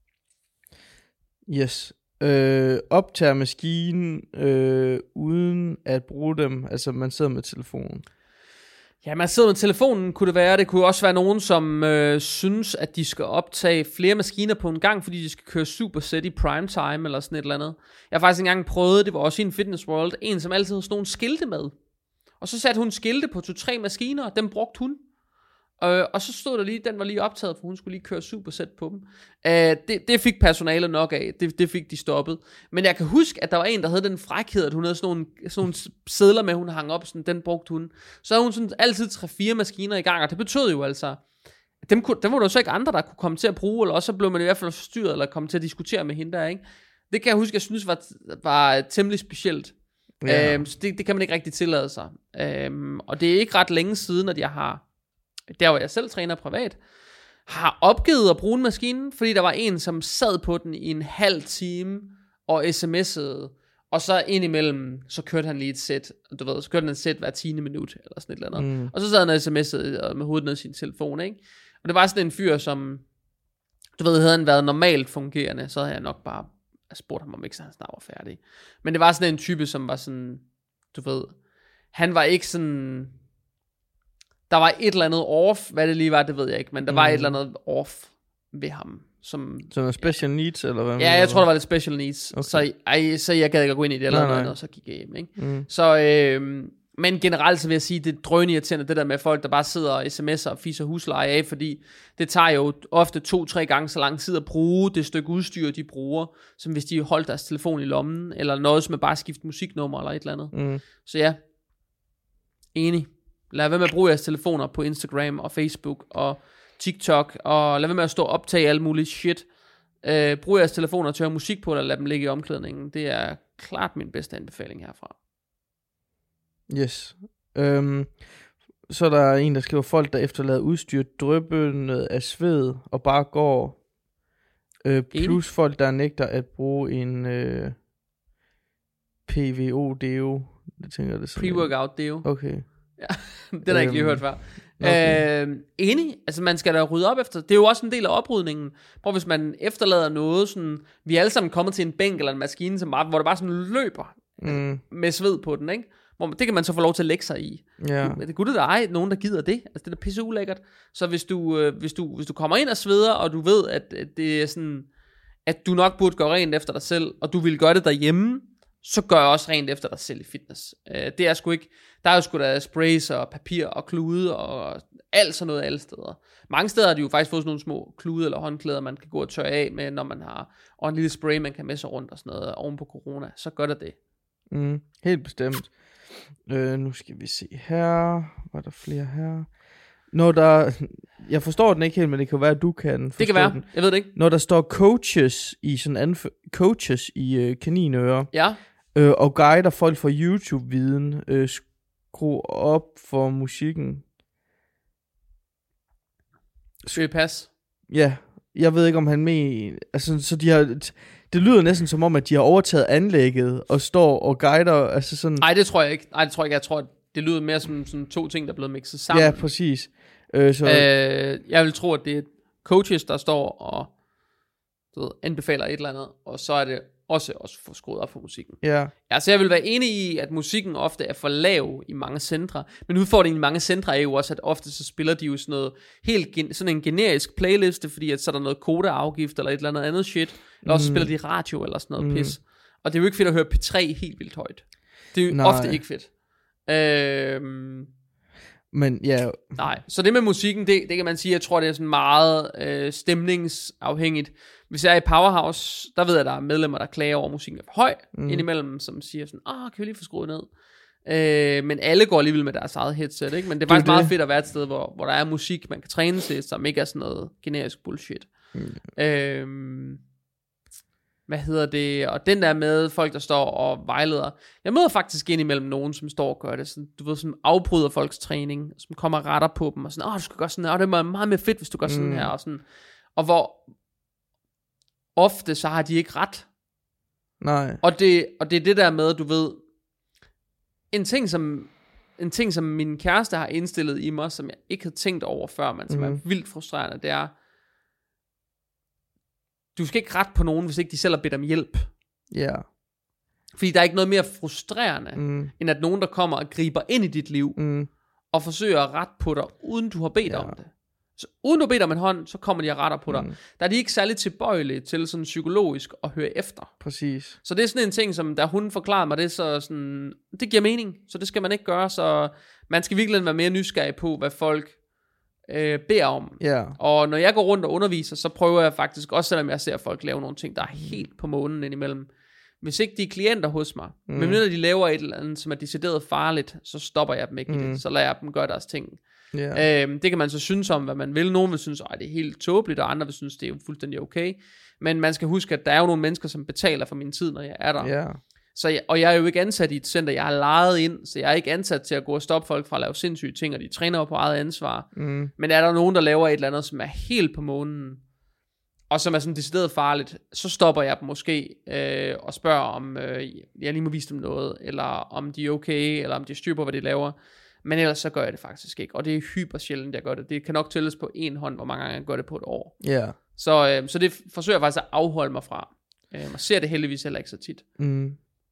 Yes. Øh, optager maskinen øh, uden at bruge dem, altså man sidder med telefonen. Ja, man sidder med telefonen, kunne det være. Det kunne også være nogen, som øh, synes, at de skal optage flere maskiner på en gang, fordi de skal køre superset i primetime, eller sådan et eller andet. Jeg har faktisk engang prøvet, det var også i en Fitness World, en som altid havde sådan nogle skilte med. Og så satte hun skilte på to-tre maskiner, og dem brugte hun. Øh, og så stod der lige, den var lige optaget, for hun skulle lige køre superset på dem. Øh, det, det fik personalet nok af, det, det fik de stoppet. Men jeg kan huske, at der var en, der havde den frækhed, at hun havde sådan nogle, sådan nogle sedler med, hun hang op, sådan, den brugte hun. Så havde hun sådan altid tre-fire maskiner i gang, og det betød jo altså, dem, kunne, dem var der jo så ikke andre, der kunne komme til at bruge, eller også så blev man i hvert fald forstyrret, eller komme til at diskutere med hende der, ikke? Det kan jeg huske, jeg synes var, var temmelig specielt. Ja. Øh, så det, det kan man ikke rigtig tillade sig. Øh, og det er ikke ret længe siden, at jeg har, der hvor jeg selv træner privat, har opgivet at bruge en maskine, fordi der var en, som sad på den i en halv time og sms'ede, og så indimellem, så kørte han lige et sæt, du ved, så kørte han et sæt hver tiende minut, eller sådan et eller andet, mm. og så sad han og sms'ede med hovedet ned i sin telefon, ikke? Og det var sådan en fyr, som, du ved, havde han været normalt fungerende, så havde jeg nok bare spurgt ham, om ikke så han snart var færdig. Men det var sådan en type, som var sådan, du ved, han var ikke sådan... Der var et eller andet off, hvad det lige var, det ved jeg ikke, men der mm. var et eller andet off ved ham. Som, som special needs, eller hvad? Ja, jeg tror, der var lidt special needs. Okay. Så, ej, så jeg gad ikke gå ind i det, eller nej, noget, nej. Og så gik jeg hjem, ikke? Mm. Så, øh, men generelt så vil jeg sige, det er drønirriterende, det der med folk, der bare sidder og sms'er og fiser husleje af, fordi det tager jo ofte to-tre gange så lang tid at bruge det stykke udstyr, de bruger, som hvis de holdt deres telefon i lommen, eller noget, som er bare skift musiknummer, eller et eller andet. Mm. Så ja, enig. Lad være med at bruge jeres telefoner på Instagram og Facebook og TikTok, og lad være med at stå og optage alt muligt shit. Øh, brug jeres telefoner til at høre musik på, eller lad dem ligge i omklædningen. Det er klart min bedste anbefaling herfra. Yes. Um, så er der en, der skriver, folk, der efterlader udstyr dryppende af sved, og bare går, øh, plus folk, der nægter at bruge en øh, P V O-deo. Det tænker det sådan. Pre-workout deo. Okay. Ja, det har jeg ikke lige hørt før. Okay. Øh, enig, altså man skal da rydde op efter. Det er jo også en del af oprydningen. Prøv hvis man efterlader noget sådan, vi er alle sammen kommet til en bænk eller en maskine, som bare, hvor det bare sådan løber mm. med sved på den, ikke? Hvor det kan man så få lov til at lægge sig i. Ja. Det er gud, der er nogen, der gider det. Altså det er da pisse ulækkert. Så hvis du, øh, hvis du, hvis du kommer ind og sveder, og du ved, at, at det er sådan, at du nok burde gøre rent efter dig selv, og du vil gøre det derhjemme, så gør jeg også rent efter dig selv i fitness. Øh, det er sgu ikke, der er jo sgu da sprays og papir og klude og alt sådan noget alle steder. Mange steder har de jo faktisk fået sådan nogle små klude eller håndklæder, man kan gå og tørre af med, når man har, og en lille spray, man kan med sig rundt og sådan noget oven på corona. Så gør det det. Mm, helt bestemt. Øh, nu skal vi se her. Var der flere her? Når der, jeg forstår den ikke helt, men det kan være, at du kan forstå. Det kan være, den. Jeg ved det ikke. Når der står coaches i sådan anf- coaches i øh, kaninører, ja. øh, og guider folk fra YouTube-viden. Øh, skru op for musikken. Skal vi passe? Ja, jeg ved ikke om han med. Altså, så de har. Det lyder næsten som om, at de har overtaget anlægget og står og guider. Altså sådan. Nej, det tror jeg ikke. Nej, det tror jeg ikke. Jeg tror, det lyder mere som sådan to ting, der er blevet mixet sammen. Ja, præcis. Øh, så... øh, jeg vil tro, at det er coaches, der står og du ved, anbefaler et eller andet, og så er det også også få skruet op for musikken. Ja. Altså, jeg vil være enig i, at musikken ofte er for lav i mange centre, men udfordringen i mange centre er jo også, at ofte så spiller de jo sådan noget helt gen- sådan en generisk playliste, fordi at så er der noget kodeafgift eller et eller andet andet shit, eller også Mm. spiller de radio eller sådan noget Mm. pis. Og det er jo ikke fedt at høre P tre helt vildt højt. Det er jo Nej. ofte ikke fedt. Øhm, Men ja. nej, så det med musikken, det, det kan man sige, jeg tror det er sådan meget øh, stemningsafhængigt. Hvis jeg er i Powerhouse, der ved jeg, at der er medlemmer, der klager over, at musikken er for høj, mm. indimellem, som siger sådan, åh, kan vi lige få skruet ned? Øh, men alle går alligevel med deres eget headset, ikke? Men det er faktisk det. meget fedt at være et sted, hvor, hvor der er musik, man kan træne til, som ikke er sådan noget generisk bullshit. Mm. Øh, hvad hedder det? Og den der med folk, der står og vejleder. Jeg møder faktisk indimellem nogen, som står og gør det. Sådan, du ved, som afbryder folks træning, som kommer og retter på dem, og sådan, åh, du skal gøre sådan her, og det er meget mere fedt, hvis du gør sådan mm. her, og sådan. Og hvor ofte så har de ikke ret. Nej. Og det, og det er det der med, du ved, en ting som en ting som min kæreste har indstillet i mig, som jeg ikke havde tænkt over før, men som mm. er vildt frustrerende, det er, du skal ikke rette på nogen, hvis ikke de selv har bedt om hjælp. Ja. Yeah. Fordi der er ikke noget mere frustrerende, mm. end at nogen, der kommer og griber ind i dit liv, mm. og forsøger at rette på dig, uden du har bedt yeah. om det. Så uden du beder om en hånd, så kommer de og retter på dig. Mm. Der er de ikke særlig tilbøjelige til sådan psykologisk at høre efter. Præcis. Så det er sådan en ting, som da hun forklarede mig det, så sådan, det giver mening. Så det skal man ikke gøre, så man skal virkelig være mere nysgerrig på, hvad folk øh, beder om. Yeah. Og når jeg går rundt og underviser, så prøver jeg faktisk, også selvom jeg ser folk lave nogle ting, der er helt på månen indimellem. Hvis ikke de er klienter hos mig, mm. men når de laver et eller andet, som er decideret farligt, så stopper jeg dem ikke mm. i det. Så lader jeg dem gøre deres ting. Yeah. Øhm, det kan man så synes om, hvad man vil. Nogen vil synes, at det er helt tåbeligt, og andre vil synes, det er jo fuldstændig okay. Men man skal huske, at der er jo nogle mennesker, som betaler for min tid, når jeg er der. Yeah. Så jeg, og jeg er jo ikke ansat i et center, jeg har lejet ind, så jeg er ikke ansat til at gå og stoppe folk fra at lave sindssyge ting, og de træner jo på eget ansvar. Mm. Men er der nogen, der laver et eller andet, som er helt på månen, og som er sådan decideret farligt, så stopper jeg dem måske øh, og spørger, om øh, jeg lige må vise dem noget, eller om de er okay, eller om de styrer på, hvad de laver. Men ellers så gør jeg det faktisk ikke. Og det er hyper sjældent, jeg gør det. Det kan nok tælles på en hånd, hvor mange gange jeg gør det på et år. Ja. Yeah. Så, øh, så det forsøger jeg faktisk at afholde mig fra. Øh, og ser det heldigvis heller ikke så tit. Mm.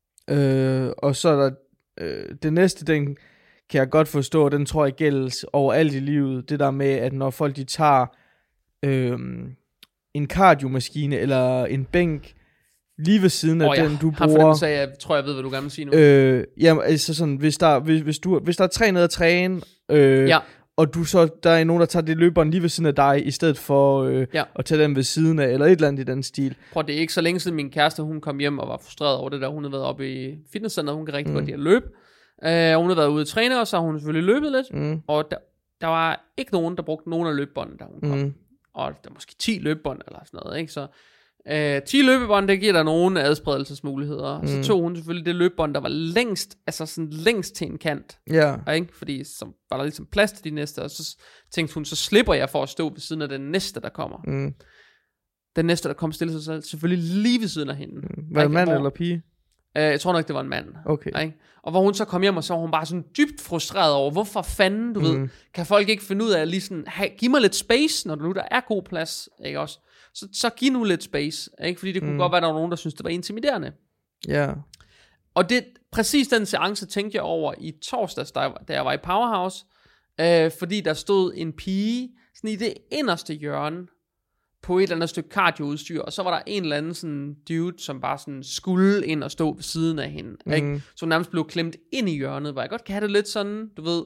Øh, og så er der øh, det næste, den kan jeg godt forstå, den tror jeg gældes overalt i livet. Det der med, at når folk de tager øh, en kardiomaskine eller en bænk lige ved siden af oh, den, du har bruger. Af, jeg tror, jeg ved, hvad du gerne vil sige nu. Øh, jamen, altså sådan, hvis der, hvis, hvis, du, hvis der er tre nede at træne, øh, ja. og du så, der er nogen, der tager det løberen lige ved siden af dig, i stedet for øh, ja. at tage den ved siden af, eller et eller andet i den stil. Prøv, det er ikke så længe siden min kæreste, hun kom hjem og var frustreret over det der. Hun har været oppe i fitnesscenter, hun kan rigtig mm. godt lide at løbe. Uh, hun har været ude at træne, og så har hun selvfølgelig løbet lidt. Mm. Og der, der var ikke nogen, der brugte nogen af løbebåndene, da hun kom. Mm. Og der var måske ti løbebånd eller sådan noget, ikke? Så Uh, ti løbebånd, det giver der nogle adspredelsesmuligheder. Mm. Så tog hun selvfølgelig det løbebånd, der var længst, altså sådan længst til en kant. Ja. Yeah. Ikke? Fordi så var der ligesom plads til de næste, og så tænkte hun, så slipper jeg for at stå ved siden af den næste, der kommer. Mm. Den næste, der kom, stille sig selvfølgelig lige ved siden af hende. Mm. Var det mand hvor, eller pige? Uh, jeg tror nok, det var en mand. Okay. Ikke? Og hvor hun så kom hjem, og så var hun bare sådan dybt frustreret over, hvorfor fanden, du mm. ved, kan folk ikke finde ud af at lige sådan, hey, giv mig lidt space, når nu der er god plads, ikke også? Så, så giv nu lidt space, ikke? Fordi det kunne mm. godt være, der var nogen, der synes det var intimiderende. Ja. Yeah. Og det, præcis den seance tænkte jeg over i torsdags, da jeg, da jeg var i Powerhouse, øh, fordi der stod en pige sådan i det inderste hjørne på et eller andet stykke cardioudstyr, og så var der en eller anden sådan dude, som bare sådan skulle ind og stå ved siden af hende, mm. ikke? Så hun nærmest blev klemt ind i hjørnet, hvor jeg godt kan have det lidt sådan, du ved.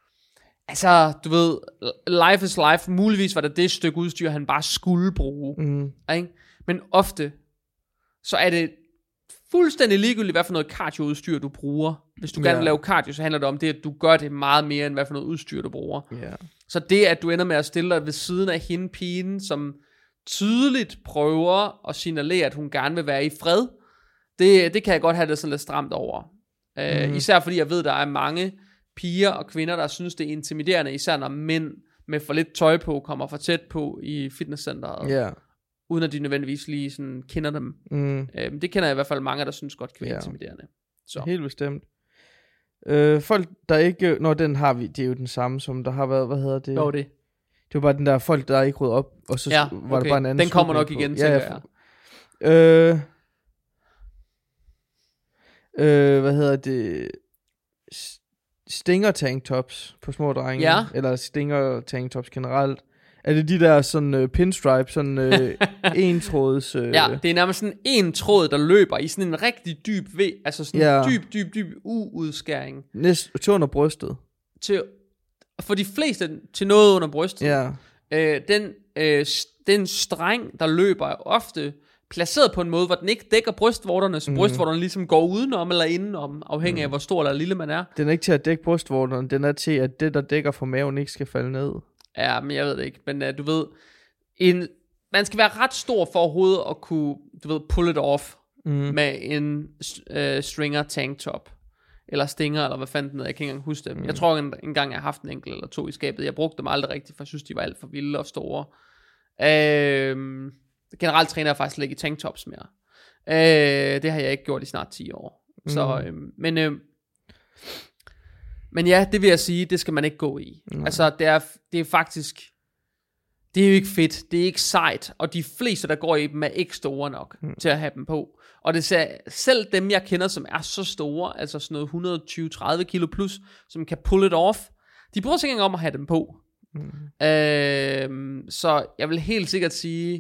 Altså, du ved, life is life. Muligvis var det det stykke udstyr, han bare skulle bruge. Mm. Ikke? Men ofte, så er det fuldstændig ligegyldigt, hvad for noget cardio-udstyr du bruger. Hvis du yeah. gerne vil lave cardio, så handler det om det, at du gør det meget mere, end hvad for noget udstyr du bruger. Yeah. Så det, at du ender med at stille dig ved siden af hende pigen, som tydeligt prøver at signalere, at hun gerne vil være i fred, Det, det kan jeg godt have det sådan lidt stramt over. Uh, Mm. Især fordi jeg ved, der er mange piger og kvinder, der synes, det er intimiderende, især når mænd med for lidt tøj på, kommer for tæt på i fitnesscenteret, Ja. uden at de nødvendigvis lige sådan kender dem. Mm. Uh, det kender jeg i hvert fald mange, der synes godt kan være Ja. intimiderende. Så. Helt bestemt. Øh, folk, der ikke... Nå, den har vi... Det er jo den samme, som der har været... Hvad hedder det? Jo, det. Det var bare den der folk, der ikke rydde op, og så Ja, var okay. der bare en anden Den kommer nok slutning igen, på. tænker ja, jeg. Øh, øh, hvad hedder det? S- Stinger tanktops på små drenge. Ja. Eller stinger tanktops generelt. Er det de der sådan uh, pinstripe, sådan uh, entråds... Uh, Ja, det er nærmest sådan en tråd, der løber i sådan en rigtig dyb V, altså sådan Ja. en dyb, dyb, dyb U-udskæring. Næst til under brystet. Til, for de fleste til noget under brystet. Ja. Øh, den, øh, s- den streng, der løber, er ofte placeret på en måde, hvor den ikke dækker brystvorterne, så Mhm. brystvorterne ligesom går udenom eller indenom, afhængig af hvor stor eller lille man er. Den er ikke til at dække brystvorterne, den er til, at det, der dækker for maven, ikke skal falde ned. Ja, men jeg ved det ikke. Men uh, du ved, en, man skal være ret stor for overhovedet at kunne, du ved, pull it off Mm. med en uh, stringer tanktop. Eller stinger, eller hvad fanden det er. Jeg kan ikke engang huske dem. Mm. Jeg tror en, en gang, jeg har haft en enkelt eller to i skabet. Jeg brugte dem aldrig rigtigt, for jeg synes, de var alt for vilde og store. Øhm, generelt træner jeg faktisk slet ikke i tanktops mere. Øh, det har jeg ikke gjort i snart ti år. Mm. Så, øhm, men, øhm, men ja, det vil jeg sige, det skal man ikke gå i. Nej. Altså, det er, det er faktisk... Det er jo ikke fedt, det er ikke sejt, og de fleste, der går i dem, er ikke store nok mm. til at have dem på. Og det ser, selv dem, jeg kender, som er så store, altså sådan noget et hundrede og tyve til tredive kilo plus, som kan pull it off, de bruger sig ikke engang om at have dem på. Mm. Øh, så jeg vil helt sikkert sige,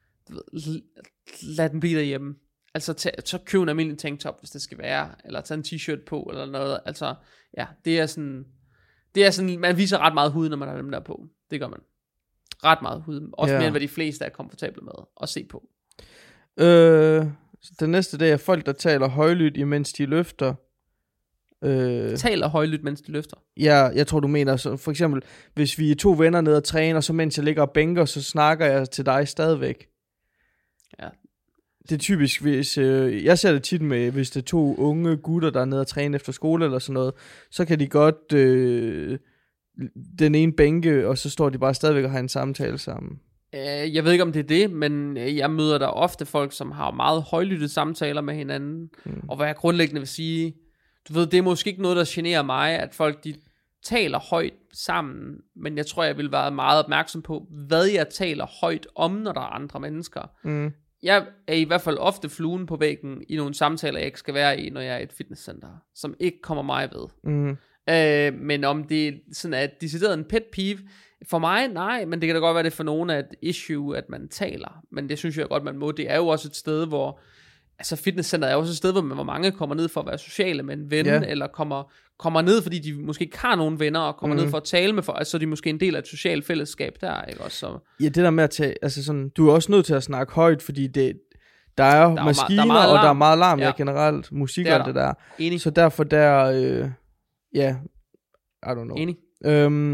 lad den blive derhjemme. Altså, tag, så køb en almindelig tanktop, hvis det skal være, eller tag en t-shirt på, eller noget. Altså, ja, det er sådan, det er sådan, man viser ret meget hud, når man har dem der på. Det gør man. Ret meget hud. Også Ja. mere end hvad de fleste er komfortable med at se på. Øh, den næste dag er folk, der taler højlydt, imens de løfter. Øh, Taler højlydt, mens de løfter. ja, jeg tror, du mener, så for eksempel, hvis vi er to venner nede og træner, så mens jeg ligger og bænker, så snakker jeg til dig stadigvæk. Ja. Det er typisk, hvis, øh, jeg ser det tit med, hvis det er to unge gutter, der er nede og træne efter skole eller sådan noget, så kan de godt, øh, den ene bænke, og så står de bare stadigvæk og har en samtale sammen. Øh, Jeg ved ikke, om det er det, men jeg møder der ofte folk, som har meget højlyttede samtaler med hinanden, mm. og hvad jeg grundlæggende vil sige, du ved, det er måske ikke noget, der generer mig, at folk de taler højt sammen, men jeg tror, jeg vil være meget opmærksom på, hvad jeg taler højt om, når der er andre mennesker. Mm. Jeg er i hvert fald ofte fluen på væggen i nogle samtaler, jeg ikke skal være i, når jeg er i et fitnesscenter, som ikke kommer mig ved. Mm. Øh, men om det sådan er decideret en pet peeve, for mig, nej, men det kan da godt være, det for nogen er et issue, at man taler, men det synes jeg godt, man må. Det er jo også et sted, hvor, altså fitnesscenter er jo også et sted, hvor, man, hvor mange kommer ned for at være sociale med en ven, Ja. eller kommer, kommer ned, fordi de måske ikke har nogen venner, og kommer mm. ned for at tale med folk, altså så er de måske en del af et socialt fællesskab der, ikke også? Så, Ja, det der med at tage, altså sådan, du er også nødt til at snakke højt, fordi det, der er jo Der er maskiner, ma- der er meget og der er larm. meget larm, ja, Ja. generelt, musik Det er og det der. der. enig, Så derfor der, øh, ja, I don't know. enig. Øhm,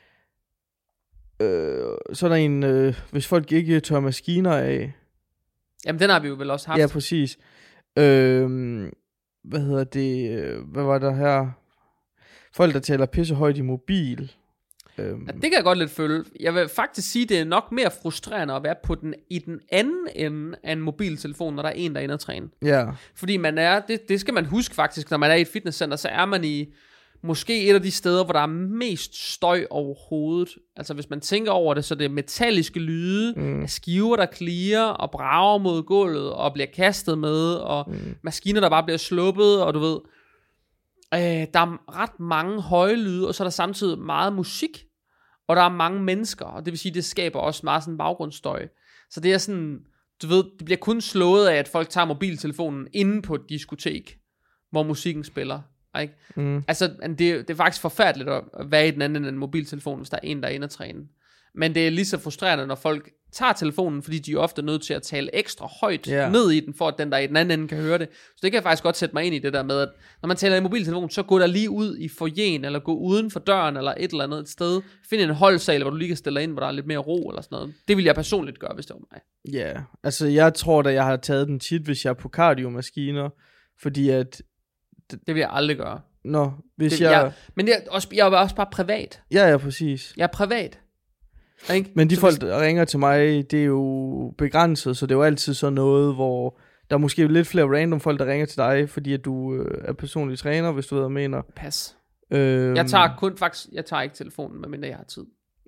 øh, så er der en, øh, hvis folk ikke tør maskiner af. Jamen den har vi jo vel også haft. Ja, præcis. Øhm, hvad hedder det, øh, hvad var der her? Folk, der taler pissehøjt i mobil. Øhm, Ja, det kan jeg godt lidt føle. Jeg vil faktisk sige, det er nok mere frustrerende at være på den, i den anden ende af en mobiltelefon, når der er en, der er inde og træne. ja, Fordi man er, det, det skal man huske faktisk, når man er i et fitnesscenter, så er man i måske et af de steder, hvor der er mest støj overhovedet. Altså hvis man tænker over det, så det er metalliske lyde, mm. af skiver, der klirer og brager mod gulvet og bliver kastet med, og mm. maskiner, der bare bliver sluppet, og du ved, øh, der er ret mange høje lyde, og så er der samtidig meget musik, og der er mange mennesker, og det vil sige, det skaber også meget sådan baggrundsstøj. Så det er sådan, du ved, det bliver kun slået af, at folk tager mobiltelefonen inde på et diskotek, hvor musikken spiller. Ikke? mm. Altså, det, det er faktisk forfærdeligt at være i den anden end en mobiltelefon, hvis der er en, der er inde og træne. Men det er lige så frustrerende, når folk tager telefonen, fordi de er ofte nødt til at tale ekstra højt yeah. ned i den, for at den der i den anden ende kan høre det. Så det kan jeg faktisk godt sætte mig ind i det der med, at når man taler i mobiltelefon, så gå der lige ud i foyeren, eller gå uden for døren, eller et eller andet et sted. Find en holdsal, hvor du lige kan stille dig ind, hvor der er lidt mere ro, eller sådan noget. Det vil jeg personligt gøre, hvis det var mig. Ja, yeah. altså jeg tror da, jeg har taget den tit, hvis jeg er på kardiomaskiner, fordi at... Det vil jeg aldrig gøre. Nå, hvis det, jeg... jeg... Men jeg, også, jeg er også bare privat. Ja, ja, præcis. Jeg er privat. Ikke? Men de så folk, hvis... der ringer til mig, det er jo begrænset, så det er jo altid sådan noget, hvor der er måske lidt flere random folk, der ringer til dig, fordi at du øh, er personlig træner, hvis du ved, hvad jeg mener. Pas. Øhm... Jeg tager kun faktisk, jeg tager ikke telefonen, medmindre jeg har tid.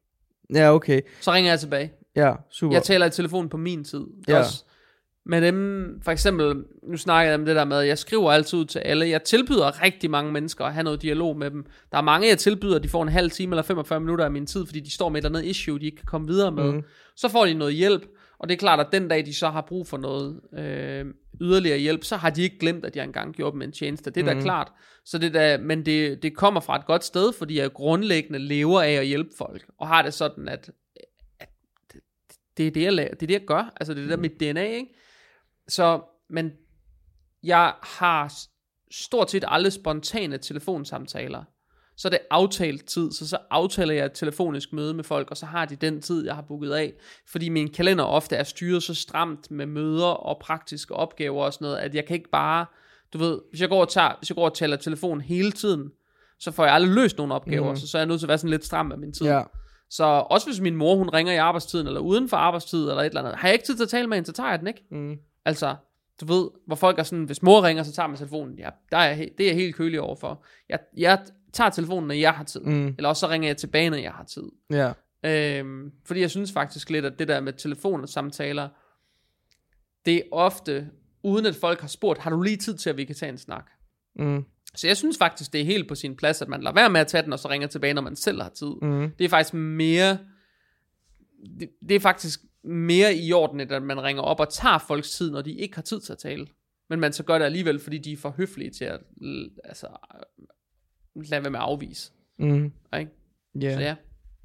Ja, okay. Så ringer jeg tilbage. Ja, super. Jeg taler i telefonen på min tid. Ja. Også med dem, for eksempel, nu snakker jeg om det der med, at jeg skriver altid ud til alle. Jeg tilbyder rigtig mange mennesker at have noget dialog med dem. Der er mange, jeg tilbyder, at de får en halv time eller femogfyrre minutter af min tid, fordi de står med et eller andet issue, de ikke kan komme videre med. Mm. Så får de noget hjælp, og det er klart, at den dag, de så har brug for noget øh, yderligere hjælp, så har de ikke glemt, at jeg engang gjorde dem en tjeneste. Det er mm. da klart. Så det der, men det, det kommer fra et godt sted, fordi jeg grundlæggende lever af at hjælpe folk, og har det sådan, at, at det, det, er det, jeg laver, det er det, jeg gør. Altså det er det der mit D N A, ikke? Så, men jeg har stort set aldrig spontane telefonsamtaler. Så er det aftalt tid, så så aftaler jeg et telefonisk møde med folk, og så har de den tid, jeg har booket af. Fordi min kalender ofte er styret så stramt med møder og praktiske opgaver og sådan noget, at jeg kan ikke bare, du ved, hvis jeg går og, tager, hvis jeg går og taler telefon hele tiden, så får jeg aldrig løst nogle opgaver, mm. så, så er jeg nødt til at være sådan lidt stram med min tid. Ja. Så også hvis min mor, hun ringer i arbejdstiden, eller uden for arbejdstid, eller et eller andet, har jeg ikke tid til at tale med hende, så tager jeg den ikke. Mm. Altså, du ved, hvor folk er sådan, hvis mor ringer, så tager man telefonen. Ja, der er jeg, det er jeg helt kølig overfor. Jeg, jeg tager telefonen, når jeg har tid. Mm. Eller også så ringer jeg tilbage, når jeg har tid. Ja. Øhm, fordi jeg synes faktisk lidt, at det der med telefon og samtaler, det er ofte, uden at folk har spurgt, har du lige tid til, at vi kan tage en snak? Mm. Så jeg synes faktisk, det er helt på sin plads, at man lader være med at tage den, og så ringer tilbage, når man selv har tid. Mm. Det er faktisk mere, det, det er faktisk mere i orden, at man ringer op og tager folks tid, når de ikke har tid til at tale. Men man så gør det alligevel, fordi de er for høflige til at altså, lade være med at afvise. Mm. Ikke? Yeah. Så ja.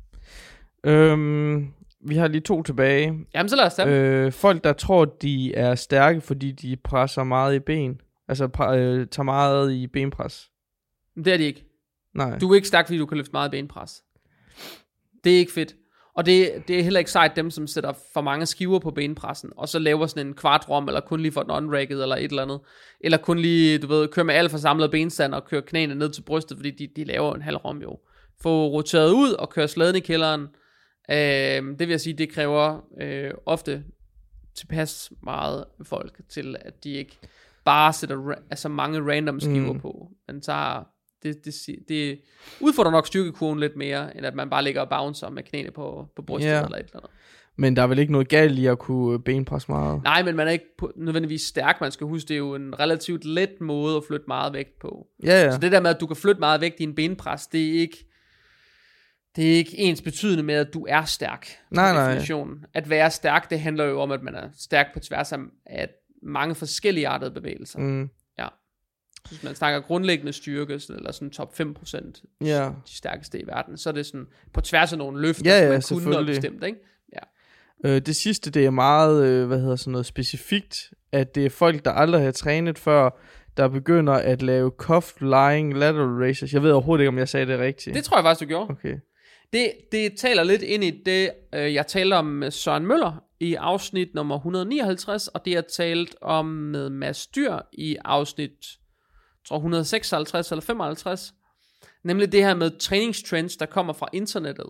Øhm, vi har lige to tilbage. Jamen så lad os tage. Øh, folk, der tror, de er stærke, fordi de presser meget i ben. Altså pre- øh, tager meget i benpres. Det er de ikke. Nej. Du er ikke stærk, fordi du kan løfte meget benpres. Det er ikke fedt. Og det, det er heller ikke sejt dem, som sætter for mange skiver på benpressen, og så laver sådan en kvart rom, eller kun lige for den unracket, eller et eller andet. Eller kun lige, du ved, kører med alt for samlet benstand, og kører knæene ned til brystet, fordi de, de laver en halv rom jo. Få roteret ud, og køre slæden i kælderen. Øh, det vil jeg sige, det kræver øh, ofte tilpas meget folk, til at de ikke bare sætter ra- altså mange random skiver mm. på. Man tager... Det, det, det udfordrer nok styrkekurven lidt mere, end at man bare ligger og bouncer med knæene på, på brystet yeah. eller et eller andet. Men der er vel ikke noget galt i at kunne benpresse meget? Nej, men man er ikke nødvendigvis stærk. Man skal huske, det er jo en relativt let måde at flytte meget vægt på. Ja, ja. Så det der med, at du kan flytte meget vægt i en benpres, det er ikke, det er ikke ens betydende med, at du er stærk. Nej, nej. At være stærk, det handler jo om, at man er stærk på tværs af mange forskellige artede bevægelser. Mm. Ja. Hvis man snakker grundlæggende styrke, eller sådan top fem procent, yeah. de stærkeste i verden, så er det sådan på tværs af nogle løfter, ja, ja, som man kunne noget bestemt, ikke? Ja. Øh, det sidste, det er meget, øh, hvad hedder sådan noget specifikt, at det er folk, der aldrig har trænet før, der begynder at lave cuff lying lateral raises. Jeg ved overhovedet ikke, om jeg sagde det rigtigt. Det tror jeg faktisk, du gjorde. Okay. Det, det taler lidt ind i det, øh, jeg talte om med Søren Møller i afsnit nummer et hundrede nioghalvtreds, og det jeg talt om med Mads Dyr i afsnit tror et hundrede seksoghalvtreds eller femoghalvtreds, nemlig det her med træningstrends, der kommer fra internettet,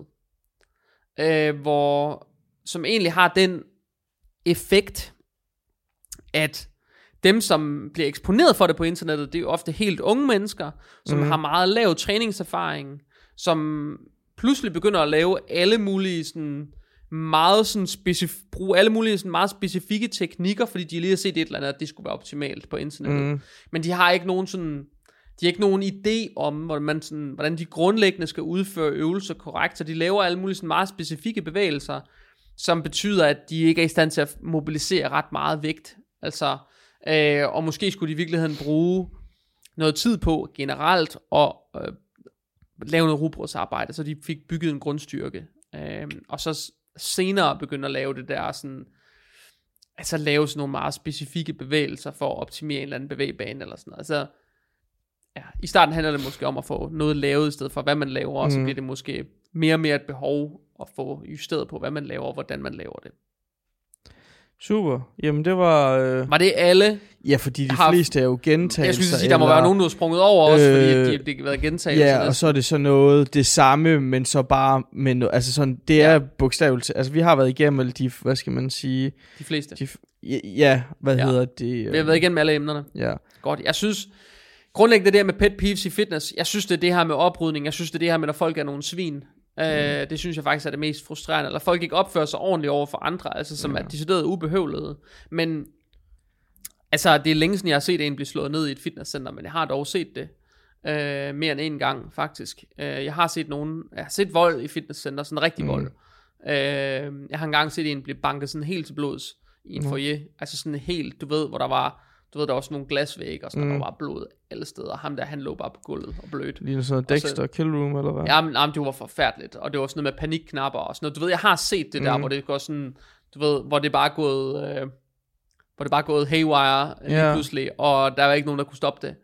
øh, hvor, som egentlig har den effekt, at dem, som bliver eksponeret for det på internettet, det er jo ofte helt unge mennesker, som mm. har meget lav træningserfaring, som pludselig begynder at lave alle mulige sådan meget sådan specif- bruge alle mulige sådan meget specifikke teknikker, fordi de lige har set et eller andet, at det skulle være optimalt på internettet. Mm. Men de har ikke nogen sådan, de har ikke nogen idé om, hvordan, man sådan, hvordan de grundlæggende skal udføre øvelser korrekt, så de laver alle mulige sådan meget specifikke bevægelser, som betyder, at de ikke er i stand til at mobilisere ret meget vægt. Altså, øh, og måske skulle de i virkeligheden bruge noget tid på generelt, og øh, lave noget rugbrødsarbejde, så de fik bygget en grundstyrke. Øh, og så senere begynde at lave det der sådan, altså lave sådan nogle meget specifikke bevægelser for at optimere en eller anden bevægebane eller sådan noget. Altså, ja, i starten handler det måske om at få noget lavet i stedet for hvad man laver, og mm. så bliver det måske mere og mere et behov at få justeret på hvad man laver og hvordan man laver det. Super. Jamen det var... Øh... Var det alle? Ja, fordi de har... fleste er jo gentagelser. Jeg synes at sige, der må eller... være nogen, der har sprunget over også, øh... fordi de, de har været gentagelser. Ja, og så er det så noget det samme, men så bare... Men, altså sådan, det er ja. bogstaveligt. Altså vi har været igennem de, hvad skal man sige... De fleste. De, ja, hvad ja. hedder det? Øh... Vi har været igennem alle emnerne. Ja. Godt. Jeg synes... Grundlæggende det der med pet peeves i fitness, jeg synes det er det her med oprydning, jeg synes det er det her med, når folk er nogle svin. Mm. Øh, det synes jeg faktisk er det mest frustrerende. Eller folk ikke opfører sig ordentligt over for andre, altså som ja. er decideret ubehøvlede. Men altså det er længe siden jeg har set en blive slået ned i et fitnesscenter, men jeg har dog set det øh, mere end en gang faktisk. Øh, jeg har set nogen, jeg har set vold i fitnesscenter, sådan rigtig mm. vold. Øh, jeg har engang set en blive banket sådan helt til blods i en mm. foyer, altså sådan helt, du ved, hvor der var Du ved, der var også nogle glasvægge, og sådan, mm. der var bare blod alle steder. Og ham der, han lå bare på gulvet og blødt. Lige sådan noget Dexter Kill Room, eller hvad? Jamen, jamen, det var forfærdeligt. Og det var sådan noget med panikknapper og sådan noget. Du ved, jeg har set det der, mm. hvor det går sådan, du ved, hvor det bare er gået, øh, hvor det bare er gået haywire lige yeah. pludselig, og der var ikke nogen, der kunne stoppe det.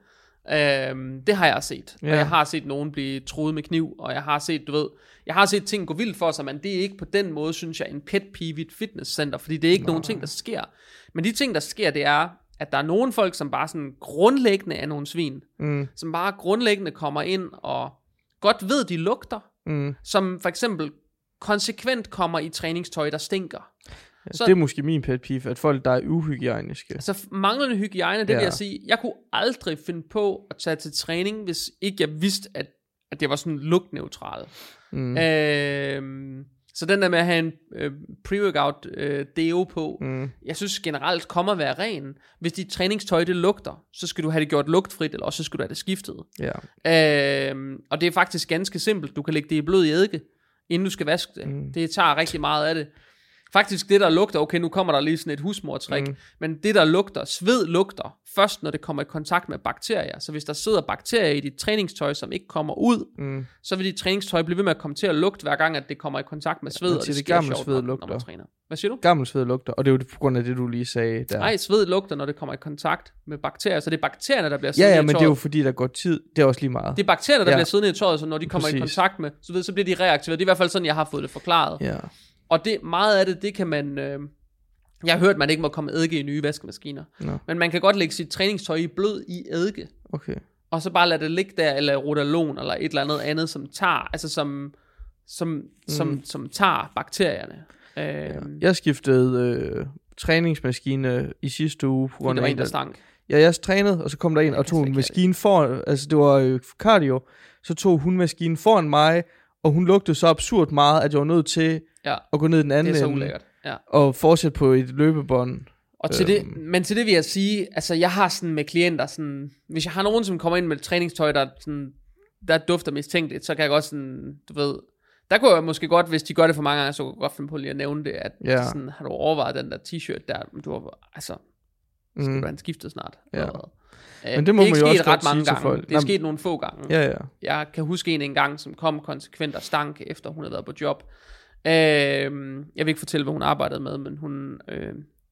Øhm, det har jeg set. Yeah. Og jeg har set nogen blive truet med kniv, og jeg har set, du ved, jeg har set ting gå vildt for sig, men det er ikke på den måde, synes jeg, en pet peeve i et fitnesscenter, fordi det er ikke Nå. nogen ting, der sker. Men de ting, der sker, det er, at der er nogle folk, som bare sådan grundlæggende er nogle svin, mm. som bare grundlæggende kommer ind og godt ved, de lugter, mm. som for eksempel konsekvent kommer i træningstøj, der stinker. Ja, så, det er måske min pet peeve, at folk, der er uhygiejniske. Så manglende hygiejne, det ja. vil jeg sige, jeg kunne aldrig finde på at tage til træning, hvis ikke jeg vidste, at, at det var sådan lugtneutral. Mm. Øhm, Så den der med at have en øh, pre-workout øh, deo på, mm. jeg synes generelt kommer at være ren. Hvis dit træningstøj det lugter, så skal du have det gjort lugtfrit, eller også så skal du have det skiftet. Yeah. Øhm, og det er faktisk ganske simpelt. Du kan lægge det i blød i eddike, inden du skal vaske det. Mm. Det tager rigtig meget af det. Faktisk det der lugter, okay nu kommer der lige sådan et husmortrik, mm. men det der lugter, sved lugter, først når det kommer i kontakt med bakterier. Så hvis der sidder bakterier i dit træningstøj, som ikke kommer ud, mm. så vil dit træningstøj blive ved med at komme til at lugte, hver gang at det kommer i kontakt med sved. Ja, og det, det gammel sved lugter. Når man træner. Hvad siger du? Gammel sved lugter, og det er jo på grund af det du lige sagde der. Nej, sved lugter, når det kommer i kontakt med bakterier, så det er bakterierne, der bliver siddende ja, ja, i tøjet. men det er jo fordi der går tid, det er også lige meget. Det er bakterierne, der ja. bliver siddende i tøjet, så når de kommer Præcis. i kontakt med, så, ved, så bliver de reaktiveret. Det er i hvert fald sådan, jeg har fået det forklaret. Ja. Og det, meget af det, det kan man... Øh, jeg har hørt, at man ikke må komme eddike i nye vaskemaskiner. No. Men man kan godt lægge sit træningstøj i blød i eddike. Okay. Og så bare lade det ligge der, eller Rotalon, eller et eller andet andet, som tager, altså som, som, mm. som, som tager bakterierne. Ja. Jeg skiftede øh, træningsmaskine i sidste uge. Fordi der var en, der stank. Ja, jeg trænede, og så kom der en og tog en maskine foran, altså det var øh, cardio, så tog hun maskinen foran mig, og hun lugtede så absurd meget, at jeg var nødt til ja. at gå ned i den anden det er så ende, ulækkert. Ja. og fortsætte på et løbebånd. Og til øhm. det, men til det vil jeg sige, altså jeg har sådan med klienter, sådan, hvis jeg har nogen, som kommer ind med træningstøj, der, sådan, der dufter mistænkeligt, så kan jeg godt sådan, du ved, der kunne jeg måske godt, hvis de gør det for mange gange, så kunne jeg godt finde på lige at nævne det, at ja. sådan, har du overvejet den der t-shirt der, du har, altså, skal mm. du have skiftet snart? Ja. Men det må det er man jo også ret mange gange. Folk. Det er sket nogle få gange. Ja, ja. Jeg kan huske en en gang, som kom konsekvent og stank, efter hun havde været på job. Øh, jeg vil ikke fortælle, hvad hun arbejdede med, men hun, øh,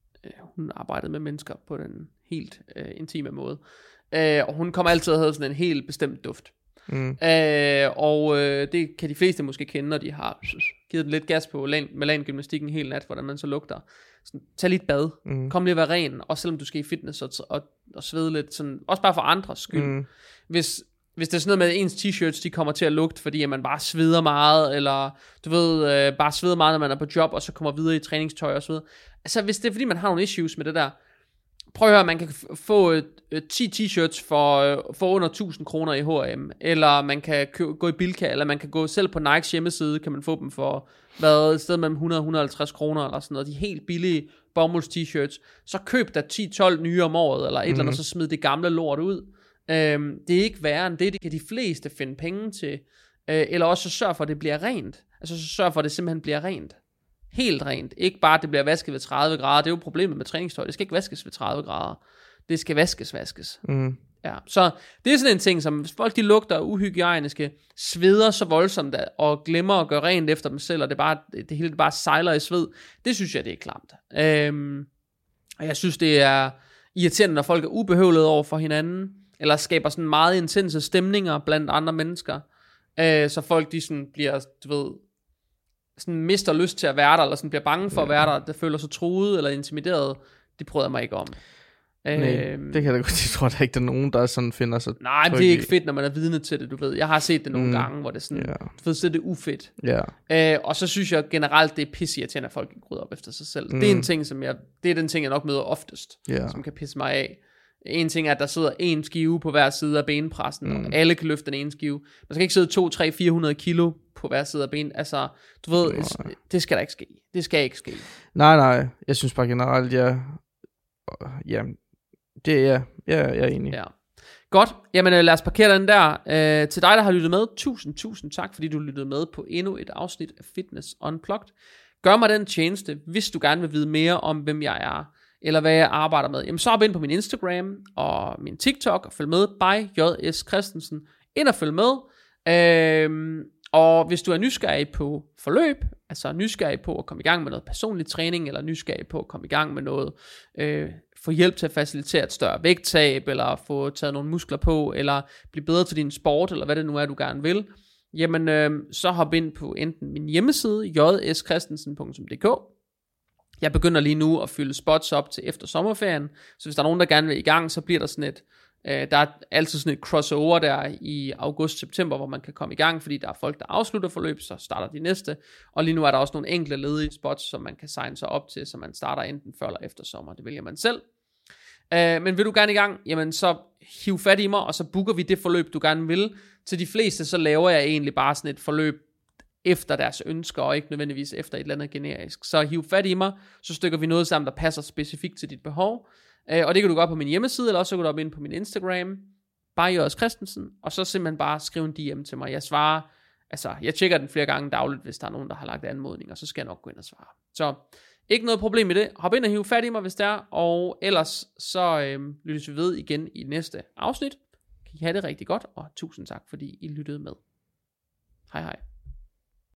hun arbejdede med mennesker på den helt øh, intime måde. Øh, og hun kom altid og havde sådan en helt bestemt duft. Mm. Øh, og øh, det kan de fleste måske kende, når de har givet den lidt gas på Malan-gymnastikken hele nat, hvordan man så lugter. Sådan, tag lidt bad, mm. kom lige at være ren, også selvom du skal i fitness og, og, og svede lidt, sådan, også bare for andres skyld. Mm. Hvis, hvis det er sådan noget med, at ens t-shirts, de kommer til at lugte, fordi at man bare sveder meget, eller du ved, øh, bare sveder meget, når man er på job, og så kommer videre i træningstøj og så videre. Altså hvis det er fordi, man har nogle issues med det der, prøv at høre, man kan få øh, ti t-shirts for, øh, for under tusind kroner i H og M, eller man kan kø- gå i Bilka, eller man kan gå selv på Nikes hjemmeside, kan man få dem for, hvad, et sted mellem hundrede og hundrede og halvtreds kroner, eller sådan noget, de helt billige bomulds t-shirts, så køb der ti tolv nye om året, eller et mm. eller andet, så smid det gamle lort ud. Øhm, det er ikke værre end det, det kan de fleste finde penge til, øh, eller også så sørg for, at det bliver rent, altså så sørg for, at det simpelthen bliver rent. Helt rent. Ikke bare, at det bliver vasket ved tredive grader. Det er jo problemet med træningstøj. Det skal ikke vaskes ved tredive grader. Det skal vaskes, vaskes. Mm. Ja, så det er sådan en ting, som hvis folk de lugter uhygiejniske, sveder så voldsomt og glemmer at gøre rent efter dem selv, og det, bare, det hele bare sejler i sved, det synes jeg, det er klamt. Øhm, og jeg synes, det er irriterende, når folk er ubehøvlede over for hinanden, eller skaber sådan meget intense stemninger blandt andre mennesker, øh, så folk de sådan bliver, du ved, sådan mister lyst til at være der, eller sådan bliver bange for at være der, der føler sig truet eller intimideret. Det prøver jeg mig ikke om. Nej, øhm, det kan jeg da godt. Jeg tror der ikke, der er nogen, der sådan finder sig. Nej, det er ikke fedt, når man er vidne til det, du ved. Jeg har set det nogle mm, gange, hvor det er sådan, yeah. du ved, så er det ufedt. Yeah. Øh, og så synes jeg generelt, det er pissirriterende, at folk ikke rydder op efter sig selv. Mm. Det er en ting, som jeg, det er den ting, jeg nok møder oftest, yeah. som kan pisse mig af. En ting er, at der sidder en skive på hver side af benpressen, mm. og alle kan løfte den ene skive. Man skal ikke sidde to, tre, fire hundrede kilo på hver side af ben. Altså, du ved, nej. Det skal der ikke ske. Det skal ikke ske. Nej, nej. Jeg synes bare generelt, jeg... Ja, det er... Ja, jeg er enig. Ja. Godt. Jamen, lad os parkere den der. Øh, til dig, der har lyttet med, tusind, tusind tak, fordi du lyttede med på endnu et afsnit af Fitness Unplugged. Gør mig den tjeneste, hvis du gerne vil vide mere om, hvem jeg er, eller hvad jeg arbejder med. Jamen, så hop ind på min Instagram og min TikTok og følg med by J S Christensen. Ind og følg med. Øhm, og hvis du er nysgerrig på forløb, altså nysgerrig på at komme i gang med noget personlig træning, eller nysgerrig på at komme i gang med noget, øh, få hjælp til at facilitere et større vægttab, eller få taget nogle muskler på, eller blive bedre til din sport, eller hvad det nu er, du gerne vil, jamen øh, så hop ind på enten min hjemmeside, j s christensen punktum d k. Jeg begynder lige nu at fylde spots op til efter sommerferien, så hvis der er nogen, der gerne vil i gang, så bliver der sådan et, øh, der er altid sådan et crossover der i august-september, hvor man kan komme i gang, fordi der er folk, der afslutter forløb, så starter de næste, og lige nu er der også nogle enkle ledige spots, som man kan signe sig op til, så man starter enten før eller efter sommer, det vælger man selv. Øh, men vil du gerne i gang, jamen så hiv fat i mig, og så booker vi det forløb, du gerne vil. Til de fleste, så laver jeg egentlig bare sådan et forløb, efter deres ønsker, og ikke nødvendigvis efter et eller andet generisk. Så hiv fat i mig, så stykker vi noget sammen, der passer specifikt til dit behov. Øh, og det kan du gøre på min hjemmeside, eller også så kan du op ind på min Instagram, bare J S Christensen, og så simpelthen bare skrive en D M til mig. Jeg svarer, altså jeg tjekker den flere gange dagligt, hvis der er nogen, der har lagt anmodning, og så skal jeg nok gå ind og svare. Så ikke noget problem med det. Hop ind og hiv fat i mig, hvis det er, og ellers så øh, lyttes vi ved igen i næste afsnit. Kan I have det rigtig godt, og tusind tak, fordi I lyttede med. Hej hej.